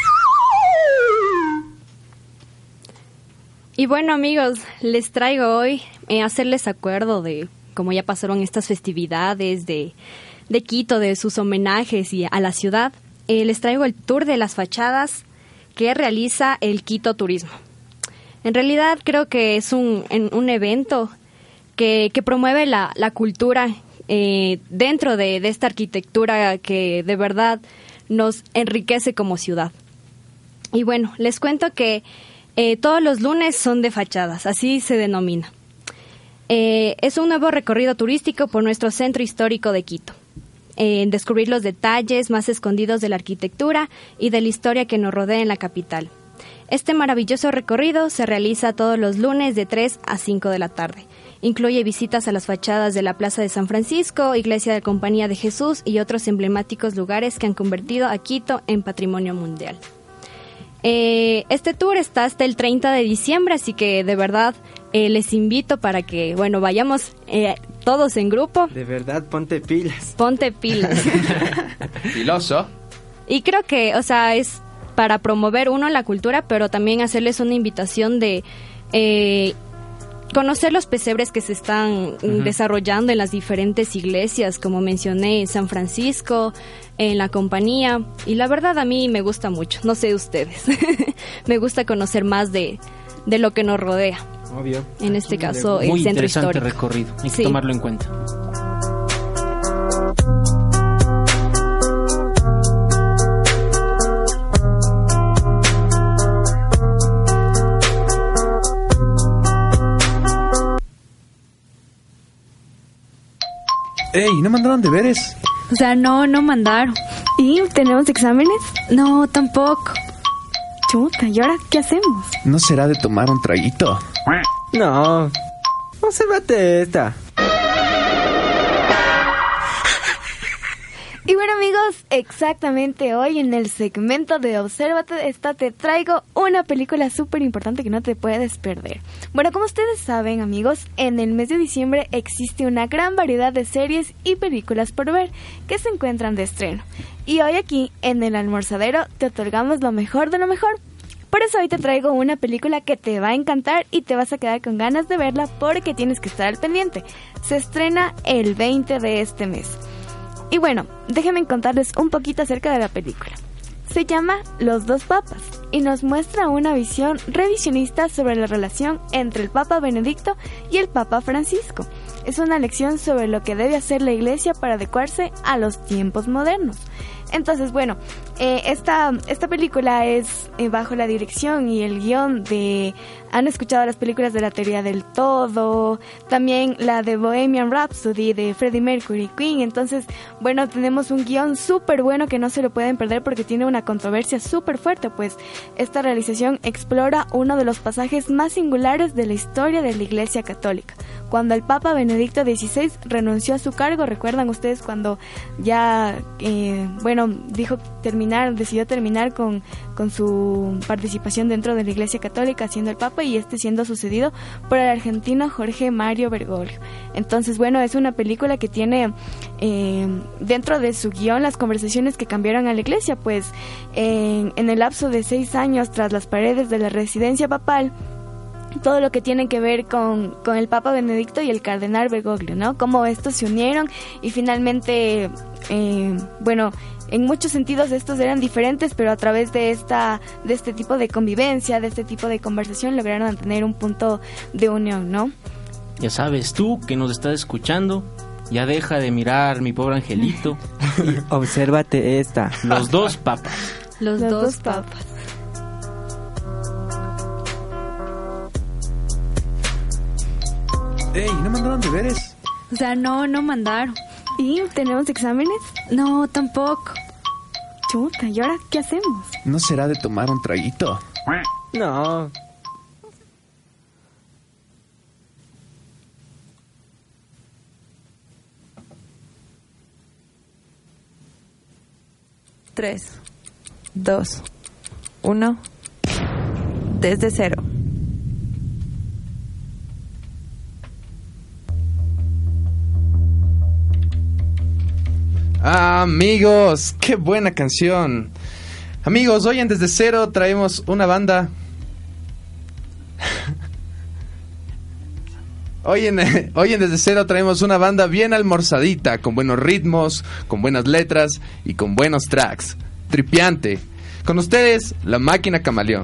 Y bueno, amigos, les traigo hoy hacerles acuerdo de cómo ya pasaron estas festividades de Quito, de sus homenajes y a la ciudad. Les traigo el tour de las fachadas que realiza el Quito Turismo. En realidad creo que es un evento que promueve la cultura dentro de esta arquitectura que de verdad nos enriquece como ciudad. Y bueno, les cuento que todos los lunes son de fachadas, así se denomina. Es un nuevo recorrido turístico por nuestro centro histórico de Quito. Descubrir los detalles más escondidos de la arquitectura y de la historia que nos rodea en la capital. Este maravilloso recorrido se realiza todos los lunes de 3 a 5 de la tarde. Incluye visitas a las fachadas de la Plaza de San Francisco, Iglesia de Compañía de Jesús y otros emblemáticos lugares que han convertido a Quito en patrimonio mundial. Este tour está hasta el 30 de diciembre, así que de verdad les invito para que, bueno, vayamos todos en grupo. De verdad, ponte pilas. Ponte pilas. Filoso. Y creo que, o sea, es para promover la cultura, pero también hacerles una invitación de conocer los pesebres que se están desarrollando en las diferentes iglesias, como mencioné, en San Francisco, en la Compañía, y la verdad a mí me gusta mucho, no sé ustedes, me gusta conocer más de lo que nos rodea. Obvio. En este caso, el muy centro interesante histórico. Recorrido, hay que Sí. tomarlo en cuenta. ¡Ey! ¿No mandaron deberes? O sea, no mandaron. ¿Y tenemos exámenes? No, tampoco. Chuta, ¿y ahora qué hacemos? ¿No será de tomar un traguito? No, obsérvate esta. Y bueno, amigos, exactamente hoy en el segmento de Obsérvate te traigo una película súper importante que no te puedes perder. Bueno, como ustedes saben, amigos, en el mes de diciembre existe una gran variedad de series y películas por ver que se encuentran de estreno. Y hoy aquí, en el Almorzadero, te otorgamos lo mejor de lo mejor. Por eso hoy te traigo una película que te va a encantar y te vas a quedar con ganas de verla porque tienes que estar al pendiente. Se estrena el 20 de este mes. Y bueno, déjenme contarles un poquito acerca de la película. Se llama Los dos papas y nos muestra una visión revisionista sobre la relación entre el Papa Benedicto y el Papa Francisco. Es una lección sobre lo que debe hacer la Iglesia para adecuarse a los tiempos modernos. Entonces, bueno, esta película es bajo la dirección y el guión de... ¿Han escuchado las películas de la teoría del todo? También la de Bohemian Rhapsody de Freddie Mercury y Queen. Entonces, bueno, tenemos un guión súper bueno que no se lo pueden perder porque tiene una controversia súper fuerte, pues esta realización explora uno de los pasajes más singulares de la historia de la Iglesia Católica. Cuando el Papa Benedicto XVI renunció a su cargo, ¿recuerdan ustedes cuando ya, dijo decidió terminar con su participación dentro de la Iglesia Católica, siendo el Papa, y siendo sucedido por el argentino Jorge Mario Bergoglio. Entonces, bueno, es una película que tiene dentro de su guión las conversaciones que cambiaron a la Iglesia, pues en el lapso de 6 años tras las paredes de la residencia papal, todo lo que tiene que ver con el Papa Benedicto y el Cardenal Bergoglio, ¿no? Cómo estos se unieron y finalmente, bueno, en muchos sentidos estos eran diferentes, pero a través de este tipo de convivencia, de este tipo de conversación, lograron tener un punto de unión, ¿no? Ya sabes, tú que nos estás escuchando, ya deja de mirar Mi Pobre Angelito. Y obsérvate esta. Los dos papas. Los dos papas. ¡Ey! ¿No mandaron deberes? O sea, no mandaron. ¿Y tenemos exámenes? No, tampoco. Chuta, ¿y ahora qué hacemos? ¿No será de tomar un traguito? No. Tres, 2, 1. Desde cero. Amigos, qué buena canción. Amigos, hoy en Desde Cero traemos una banda. Hoy en Desde Cero traemos una banda bien almorzadita, con buenos ritmos, con buenas letras y con buenos tracks. Tripiante. Con ustedes, La Máquina Camaleón.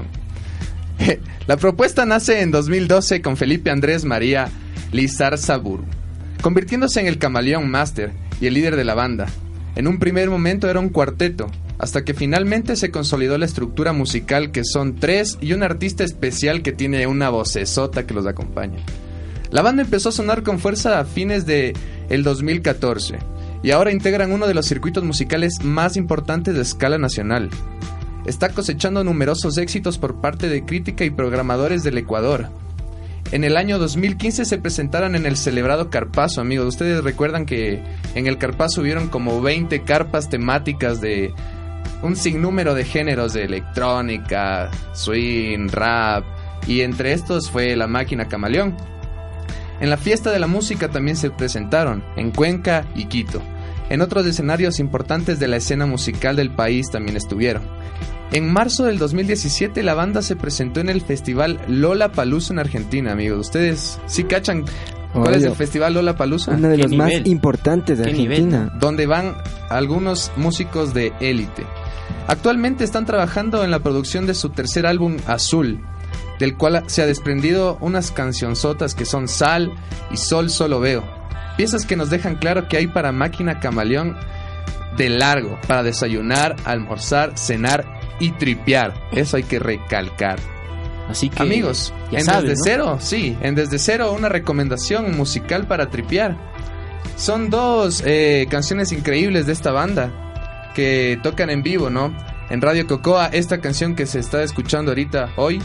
La propuesta nace en 2012 con Felipe Andrés María Lizarzaburu, convirtiéndose en el Camaleón Master y el líder de la banda. En un primer momento era un cuarteto, hasta que finalmente se consolidó la estructura musical, que son 3 y un artista especial que tiene una vocesota que los acompaña. La banda empezó a sonar con fuerza a fines de el 2014 y ahora integran uno de los circuitos musicales más importantes de escala nacional. Está cosechando numerosos éxitos por parte de crítica y programadores del Ecuador. En el año 2015 se presentaron en el celebrado Carpazo, amigos. Ustedes recuerdan que en el Carpazo hubieron como 20 carpas temáticas de un sinnúmero de géneros de electrónica, swing, rap, y entre estos fue La Máquina Camaleón. En la Fiesta de la Música también se presentaron, en Cuenca y Quito. En otros escenarios importantes de la escena musical del país también estuvieron. En marzo del 2017 la banda se presentó en el festival Lollapalooza en Argentina, amigos. ¿Ustedes sí cachan cuál es el festival Lollapalooza? Uno de los más importantes de Argentina. Donde van algunos músicos de élite. Actualmente están trabajando en la producción de su tercer álbum, Azul, del cual se ha desprendido unas cancionzotas que son Sal y Sol Solo Veo. Piezas que nos dejan claro que hay para Máquina Camaleón de largo, para desayunar, almorzar, cenar y tripear. Eso hay que recalcar. Así que, amigos, ya en sabes, Desde ¿no? Cero, sí, en Desde Cero una recomendación musical para tripear. Son 2 canciones increíbles de esta banda que tocan en vivo, ¿no? En Radio Cocoa, esta canción que se está escuchando ahorita hoy,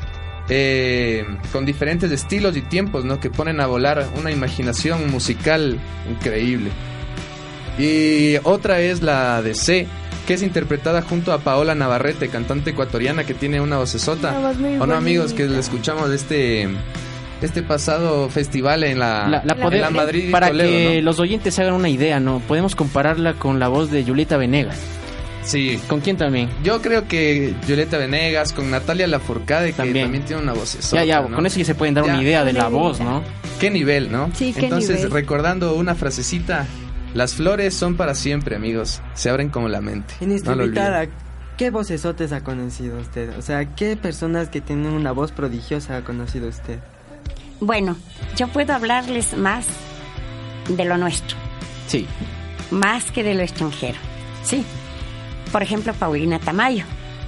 con diferentes estilos y tiempos, ¿no? Que ponen a volar una imaginación musical increíble. Y otra es la de C, que es interpretada junto a Paola Navarrete, cantante ecuatoriana que tiene una vocesota. ¿O no, amigos? Que la escuchamos de este pasado festival en la Madrid y para Toledo, que ¿no? los oyentes se hagan una idea, ¿no? Podemos compararla con la voz de Julieta Venegas. Sí. ¿Con quién también? Yo creo que Julieta Venegas, con Natalia Lafourcade, que también tiene una vocesota, Ya, ¿no? con eso ya se pueden dar una idea de la voz, ¿no? ¿Qué nivel, no? Sí, qué Entonces, nivel. recordando una frasecita: las flores son para siempre, amigos. Se abren como la mente. Y nuestra No lo invitada, olviden. ¿qué vocesotes ha conocido usted? O sea, ¿qué personas que tienen una voz prodigiosa ha conocido usted? Bueno, yo puedo hablarles más de lo nuestro. Sí. Más que de lo extranjero. Sí. Por ejemplo, Paulina Tamayo.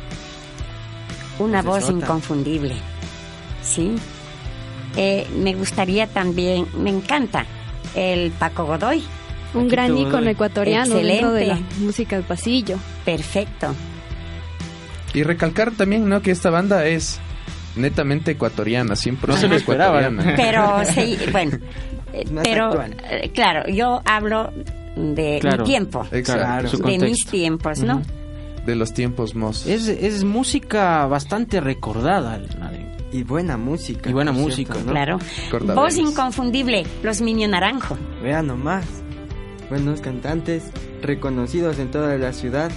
Una voz inconfundible. Sí. Me gustaría también, me encanta, el Paco Godoy. Un gran ícono ecuatoriano dentro de la Excelente. música del pasillo. Perfecto. Y recalcar también, ¿no? Que esta banda es netamente ecuatoriana, 100% No se lo esperaba. ecuatoriana. Pero sí, bueno, Más pero actual. claro, yo hablo de Claro, mi tiempo, exacto, su de contexto. mis tiempos, ¿no? Ujú. de los tiempos mozos. Es música bastante recordada. Y buena música. Y buena música, cierto, ¿no? Claro. Voz inconfundible, los Niño Naranjo. Vean nomás. Buenos cantantes, reconocidos en toda la ciudad.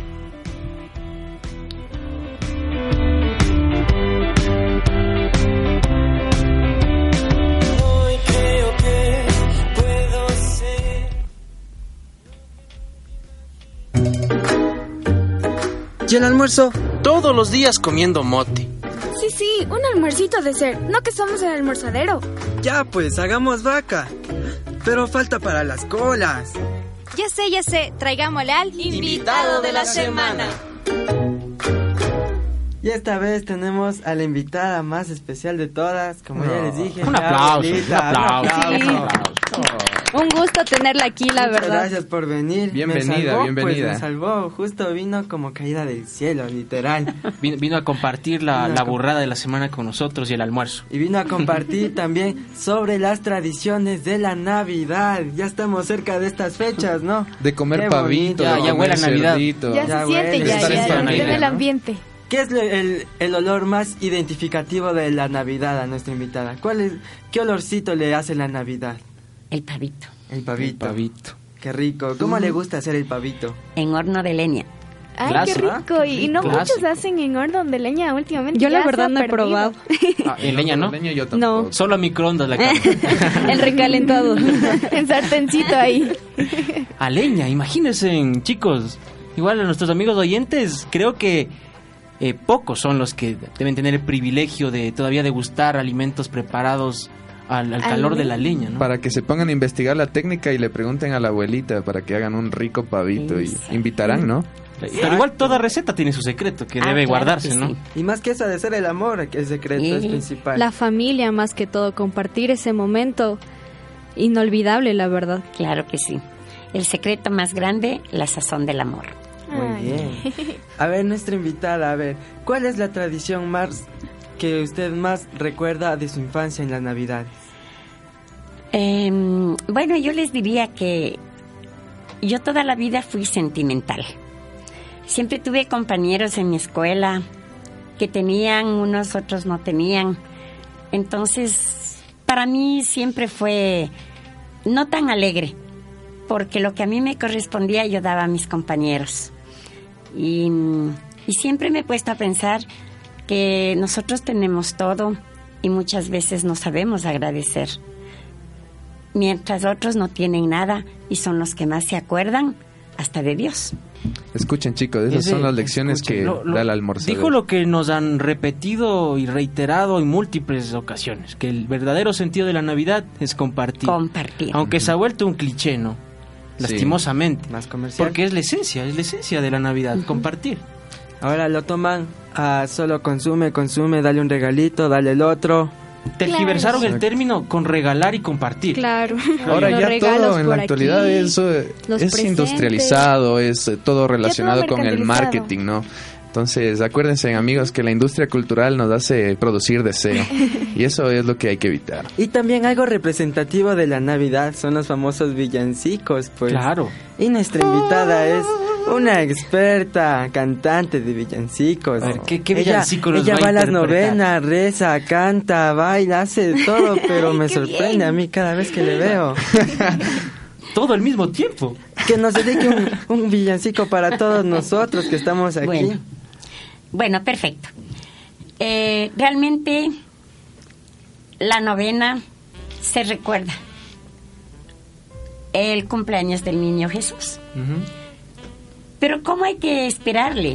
¿Y el almuerzo? Todos los días comiendo mote. Sí, un almuercito de ser, no que somos el almorzadero. Ya pues, hagamos vaca. Pero falta para las colas. Ya sé, traigámosle al invitado de la semana. Y esta vez tenemos a la invitada más especial de todas, como ya les dije. Un aplauso. Un gusto tenerla aquí, la Muchas verdad. Gracias por venir. Bienvenida. Pues me salvó, justo vino como caída del cielo, literal. Vino a compartir la burrada de la semana con nosotros y el almuerzo. Y vino a compartir también sobre las tradiciones de la Navidad. Ya estamos cerca de estas fechas, ¿no? De comer Qué pavito, bonito. Ya huele a Navidad. cerdito. Ya se siente, ya en el ambiente. ¿Qué es el olor más identificativo de la Navidad a nuestra invitada? ¿Qué olorcito le hace la Navidad? El pavito. El pavito. El pavito. Qué rico. ¿Cómo le gusta hacer el pavito? En horno de leña. Ay, Clase, qué rico. Y no clase. muchos hacen en horno de leña últimamente. Yo la ya verdad se no ha he probado. En leña, ¿no? Leña yo tampoco. Solo a microondas la carne. El recalentado. En sartencito ahí. A leña, imagínense, chicos. Igual a nuestros amigos oyentes, creo que pocos son los que deben tener el privilegio de todavía degustar alimentos preparados al calor de la leña, ¿no? Para que se pongan a investigar la técnica y le pregunten a la abuelita para que hagan un rico pavito y invitarán, ¿no? Pero igual toda receta tiene su secreto que debe claro guardarse, que ¿no? sí. Y más que eso de ser el amor, que el secreto es principal. La familia, más que todo, compartir ese momento inolvidable, la verdad. Claro que sí. El secreto más grande, la sazón del amor. Muy bien. A ver, nuestra invitada, ¿cuál es la tradición más que usted más recuerda de su infancia en las Navidades? Bueno, yo les diría que yo toda la vida fui sentimental. Siempre tuve compañeros en mi escuela que tenían, unos otros no tenían. Entonces, para mí siempre fue no tan alegre, porque lo que a mí me correspondía yo daba a mis compañeros. Y siempre me he puesto a pensar que nosotros tenemos todo y muchas veces no sabemos agradecer. Mientras otros no tienen nada y son los que más se acuerdan hasta de Dios. Escuchen, chicos, esas son las lecciones que da el almorzadero. Dijo lo que nos han repetido y reiterado en múltiples ocasiones, que el verdadero sentido de la Navidad es compartir. Compartir. Aunque se ha vuelto un cliché, ¿no? Lastimosamente. Más comercial. Porque es la esencia de la Navidad, compartir. Ahora lo toman a solo consume, dale un regalito, dale el otro. Tergiversaron el término con regalar y compartir. Claro. Ahora Los ya regalos todo en la por actualidad aquí, eso los es presentes. industrializado, es todo relacionado con el mercantilizado. marketing, ¿no? Entonces, acuérdense, amigos, que la industria cultural nos hace producir deseo. Y eso es lo que hay que evitar. Y también algo representativo de la Navidad son los famosos villancicos, pues. Claro. Y nuestra invitada es una experta cantante de villancicos. A ver, ¿qué villancico nos ella va va a a las interpretar? novenas, reza, canta, baila, hace todo, pero me sorprende a mí cada vez que le veo. Todo al mismo tiempo. Que nos dedique un villancico para todos nosotros que estamos aquí. Bueno, perfecto. Realmente la novena se recuerda el cumpleaños del niño Jesús. Pero ¿cómo hay que esperarle?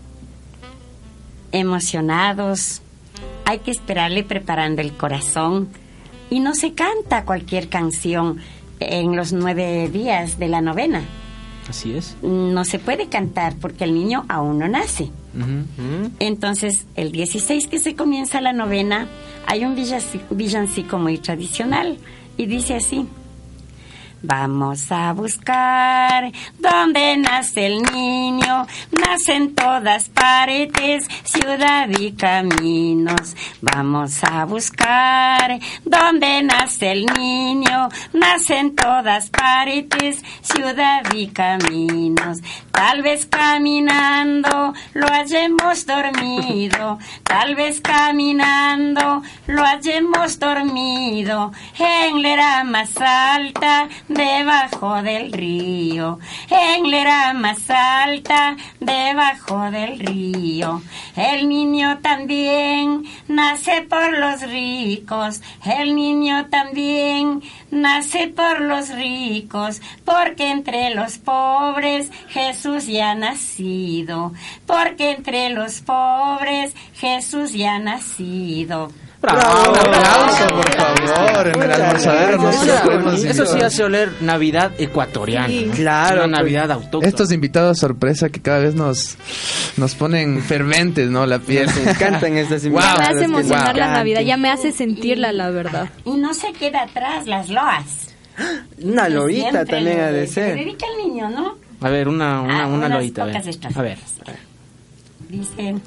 Emocionados, hay que esperarle preparando el corazón. Y no se canta cualquier canción en los 9 días de la novena. Así es. No se puede cantar porque el niño aún no nace. Entonces, el 16 que se comienza la novena, hay un villancico muy tradicional y dice así: Vamos a buscar dónde nace el niño, nace en todas partes, ciudad y caminos. Vamos a buscar dónde nace el niño, nace en todas partes, ciudad y caminos. Tal vez caminando lo hayamos dormido, tal vez caminando lo hayamos dormido, en la era más alta, debajo del río, en la era más alta, debajo del río. El niño también nace por los ricos, el niño también nace por los ricos, porque entre los pobres Jesús ya ha nacido, porque entre los pobres Jesús ya ha nacido. ¡Bravo! Un aplauso, por favor. En el almorzadero no se lo podemos decir. Eso sí hace oler Navidad ecuatoriana. Sí. ¿No? Claro. Una Navidad autóctona. Estos invitados sorpresa que cada vez nos ponen ferventes, ¿no? La piel. Me encantan estas invitados. Me hace emocionar la Navidad, ya me hace sentirla, la verdad. Y no se queda atrás las loas. Una loita también ha de ser. Se dedica al niño, ¿no? A ver, una loita. A ver. Dicen: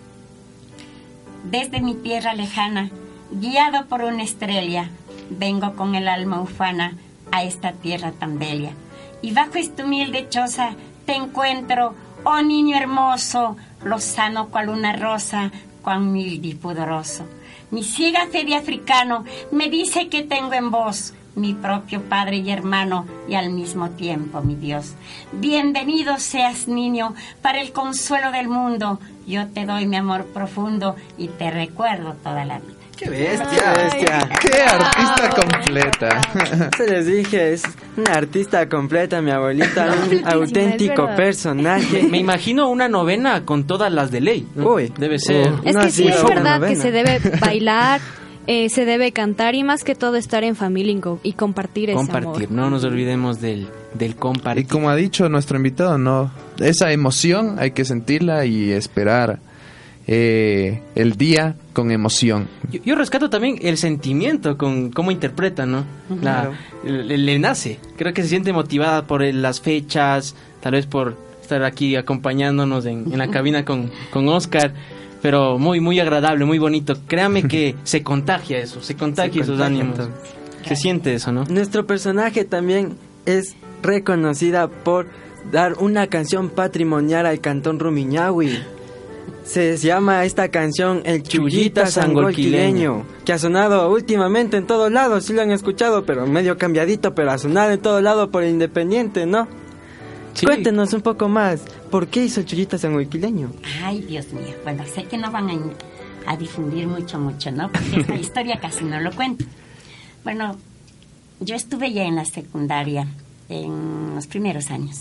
desde mi tierra lejana, guiado por una estrella, vengo con el alma ufana a esta tierra tan bella. Y bajo esta humilde choza te encuentro, oh niño hermoso, lozano cual una rosa, cuán humilde y pudoroso. Mi ciega fe de africano me dice que tengo en vos mi propio padre y hermano, y al mismo tiempo mi Dios. Bienvenido seas, niño, para el consuelo del mundo. Yo te doy mi amor profundo y te recuerdo toda la vida. ¡Qué bestia! ¡Qué artista completa! Se les dije, es una artista completa, mi abuelita, un auténtico personaje. Me imagino una novena con todas las de ley. Uy, debe ser. Es que sí, es verdad que se debe bailar, se debe cantar y más que todo estar en familia y compartir ese amor. No nos olvidemos del compartir. Y como ha dicho nuestro invitado, no, esa emoción hay que sentirla y esperar el día con emoción. Yo rescato también el sentimiento con cómo interpreta, ¿no? Claro. Le nace. Creo que se siente motivada por las fechas, tal vez por estar aquí acompañándonos en la cabina con Oscar. Pero muy, muy agradable, muy bonito. Créame que se contagia eso, se contagia esos ánimos. Se siente eso, ¿no? Nuestro personaje también es reconocida por dar una canción patrimonial al Cantón Rumiñahui. Se llama esta canción El Chullita Sangolquileño, que ha sonado últimamente en todos lados, sí lo han escuchado, pero medio cambiadito, pero ha sonado en todos lados por el Independiente, ¿no? Sí. Cuéntenos un poco más, ¿por qué hizo el Chullita Sangolquileño? Ay, Dios mío, bueno, sé que no van a difundir mucho, ¿no? Porque esta historia casi no lo cuento. Bueno, yo estuve ya en la secundaria, en los primeros años.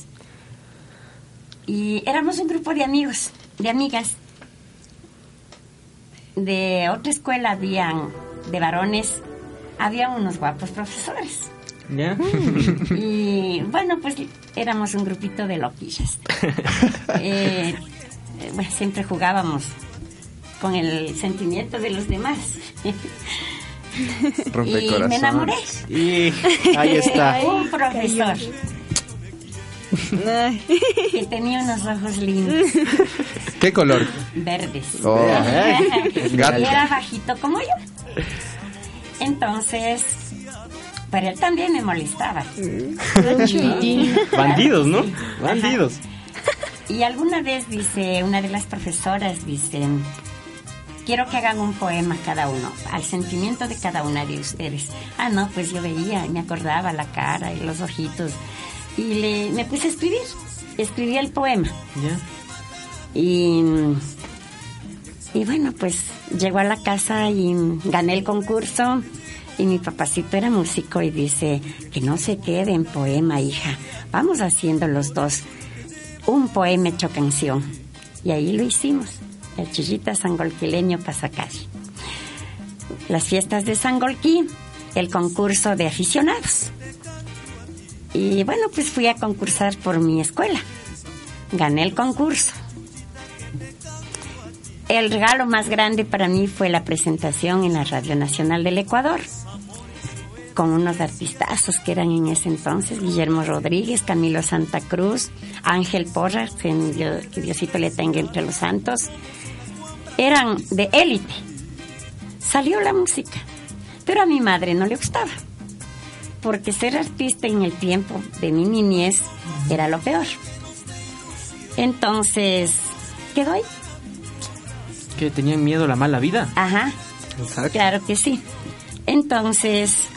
Y éramos un grupo de amigos, de amigas. De otra escuela habían, de varones, había unos guapos profesores. ¿Ya? Y bueno, pues éramos un grupito de loquillas. Bueno, siempre jugábamos con el sentimiento de los demás. Y me enamoré. Y ahí está. Un profesor que tenía unos ojos lindos. ¿Qué color? Verdes. Oh. Y era bajito como yo. Entonces, pero él también me molestaba. Bandidos, ¿no? Bandidos. Y alguna vez dice, una de las profesoras dice: quiero que hagan un poema cada uno, al sentimiento de cada una de ustedes. Ah, no, pues yo veía y me acordaba la cara y los ojitos. Y me puse a escribir. Escribí el poema. ¿Ya? Y bueno, pues llegó a la casa y gané el concurso. Y mi papacito era músico y dice: que no se quede en poema, hija. Vamos haciendo los dos un poema hecho canción. Y ahí lo hicimos. El Chullita Sangolquileño Pasacalle. Las fiestas de Sangolquí, el concurso de aficionados. Y bueno, pues fui a concursar por mi escuela. Gané el concurso. El regalo más grande para mí fue la presentación en la Radio Nacional del Ecuador. con unos artistazos que eran en ese entonces, Guillermo Rodríguez, Camilo Santa Cruz, Ángel Porras, que Diosito le tenga entre los santos. Eran de élite. Salió la música, pero a mi madre no le gustaba, porque ser artista en el tiempo de mi niñez era lo peor. Entonces, quedó ahí. ¿Que tenían miedo a la mala vida? Ajá, exacto. Claro que sí. Entonces,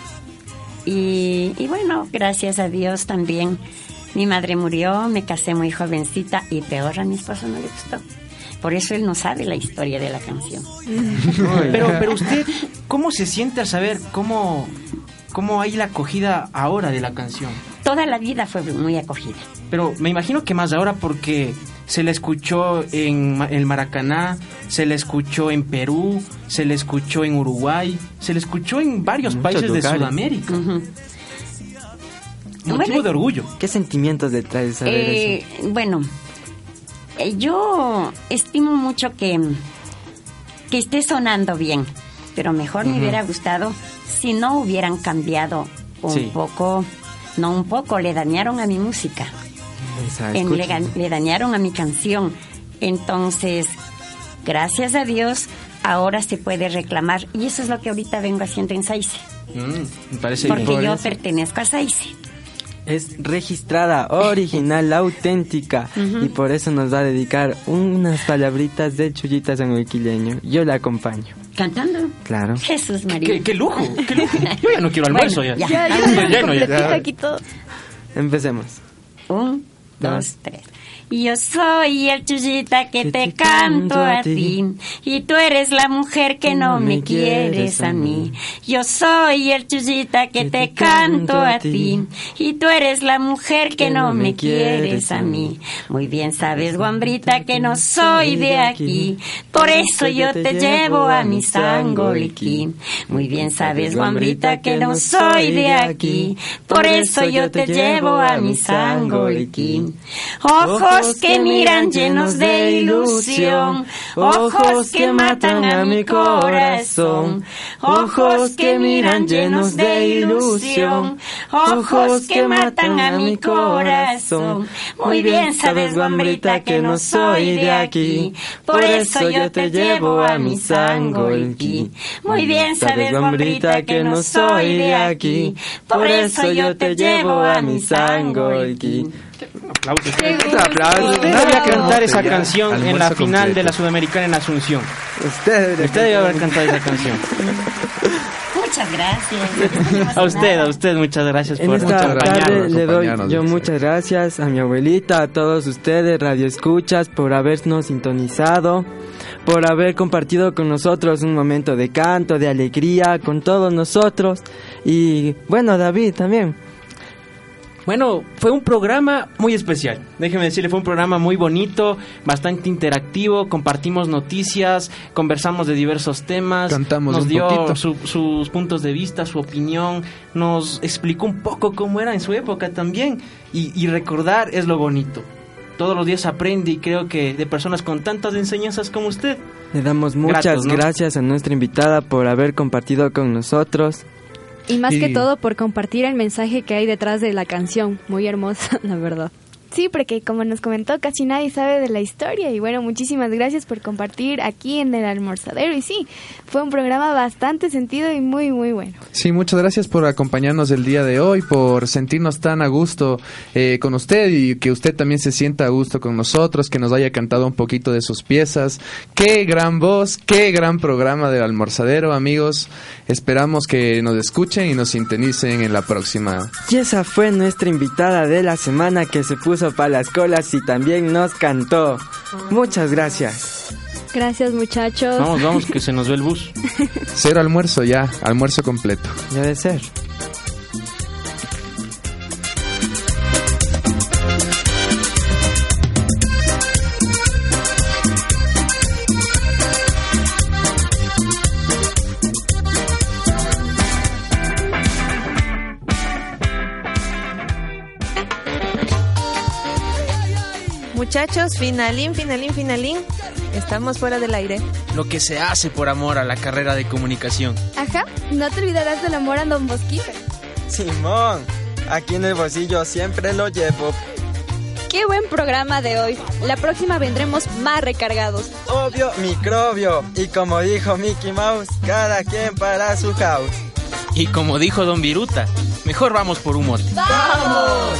y bueno, gracias a Dios también, mi madre murió, me casé muy jovencita y peor, a mi esposo no le gustó. Por eso él no sabe la historia de la canción. Pero usted, ¿cómo se siente al saber cómo hay la acogida ahora de la canción? Toda la vida fue muy acogida. Pero me imagino que más ahora porque se la escuchó en el Maracaná, se la escuchó en Perú, se la escuchó en Uruguay, se la escuchó en varios países de Sudamérica. Motivo de orgullo. ¿Qué sentimientos le trae saber eso? Bueno, yo estimo mucho que esté sonando bien, pero mejor me hubiera gustado si no hubieran cambiado un poco, no un poco, le dañaron a mi música, le dañaron a mi canción. Entonces, gracias a Dios, ahora se puede reclamar, y eso es lo que ahorita vengo haciendo en SAICE. Me parece porque bien. yo pertenezco a SAICE. Es registrada, original, auténtica, y por eso nos va a dedicar unas palabritas de Chullita sanhuiquileño. Yo la acompaño. ¿Cantando? Claro. Jesús María. ¡Qué lujo! Yo ya no quiero almuerzo. Bueno, ya. Aquí todo. Empecemos. 1, 2, 3. Yo soy el Chullita que te canto a ti, y tú eres la mujer que no me quieres a mí. Yo soy el Chullita que te canto a ti, y tú eres la mujer que no me quieres a mí. Muy bien sabes, guambrita, que no soy de aquí, por eso yo te llevo a mi Sangolquí. Muy bien sabes, guambrita, que no soy de aquí, por eso yo te llevo a mi Sangolquí. Ojos que miran llenos de ilusión, ojos que matan a mi corazón, ojos que miran llenos de ilusión, ojos que matan a mi corazón. Muy bien sabes, guambrita, que no soy de aquí, por eso yo te llevo a mi Sangolquí. Muy bien sabes, guambrita, que no soy de aquí, por eso yo te llevo a mi Sangolquí. Aplausos. Nadie a cantar esa canción en la final de la Sudamericana en Asunción. Usted debe haber cantado esa canción. Muchas gracias. A usted muchas gracias por acompañarnos. Le doy yo muchas gracias a mi abuelita, a todos ustedes, Radio Escuchas, por habernos sintonizado, por haber compartido con nosotros un momento de canto, de alegría, con todos nosotros. Y bueno, David también. Bueno, fue un programa muy especial, déjeme decirle, fue un programa muy bonito, bastante interactivo, compartimos noticias, conversamos de diversos temas, cantamos nos dio poquito. Sus puntos de vista, su opinión, nos explicó un poco cómo era en su época también, y recordar es lo bonito. Todos los días aprende, y creo que de personas con tantas enseñanzas como usted. Le damos muchas gracias a nuestra invitada por haber compartido con nosotros. Y más que todo por compartir el mensaje que hay detrás de la canción. Muy hermosa, la verdad. Sí, porque como nos comentó, casi nadie sabe de la historia. Y bueno, muchísimas gracias por compartir aquí en El Almorzadero. Y sí, fue un programa bastante sentido y muy, muy bueno. Sí, muchas gracias por acompañarnos el día de hoy, por sentirnos tan a gusto con usted, y que usted también se sienta a gusto con nosotros, que nos haya cantado un poquito de sus piezas. Qué gran voz, qué gran programa del Almorzadero, amigos. Esperamos que nos escuchen y nos sintonicen en la próxima. Y esa fue nuestra invitada de la semana, que se puso para las colas y también nos cantó. Muchas gracias. Gracias, muchachos. Vamos, que se nos ve el bus. 0 almuerzo ya, almuerzo completo. Debe ser. Muchachos, finalín. estamos fuera del aire. Lo que se hace por amor a la carrera de comunicación. Ajá, no te olvidarás del amor a Don Bosquito. Simón, aquí en el bolsillo siempre lo llevo. ¡Qué buen programa de hoy! La próxima vendremos más recargados. Obvio, microbio. Y como dijo Mickey Mouse, cada quien para su house. Y como dijo Don Viruta, mejor vamos por un mote. ¡Vamos!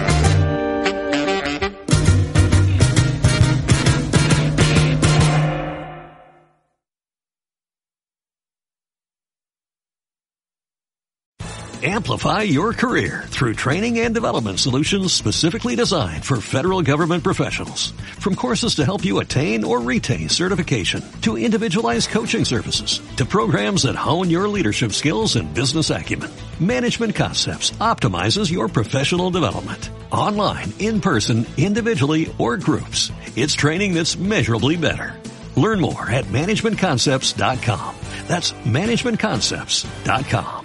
Amplify your career through training and development solutions specifically designed for federal government professionals. From courses to help you attain or retain certification, to individualized coaching services, to programs that hone your leadership skills and business acumen, Management Concepts optimizes your professional development. Online, in person, individually, or groups, it's training that's measurably better. Learn more at managementconcepts.com. That's managementconcepts.com.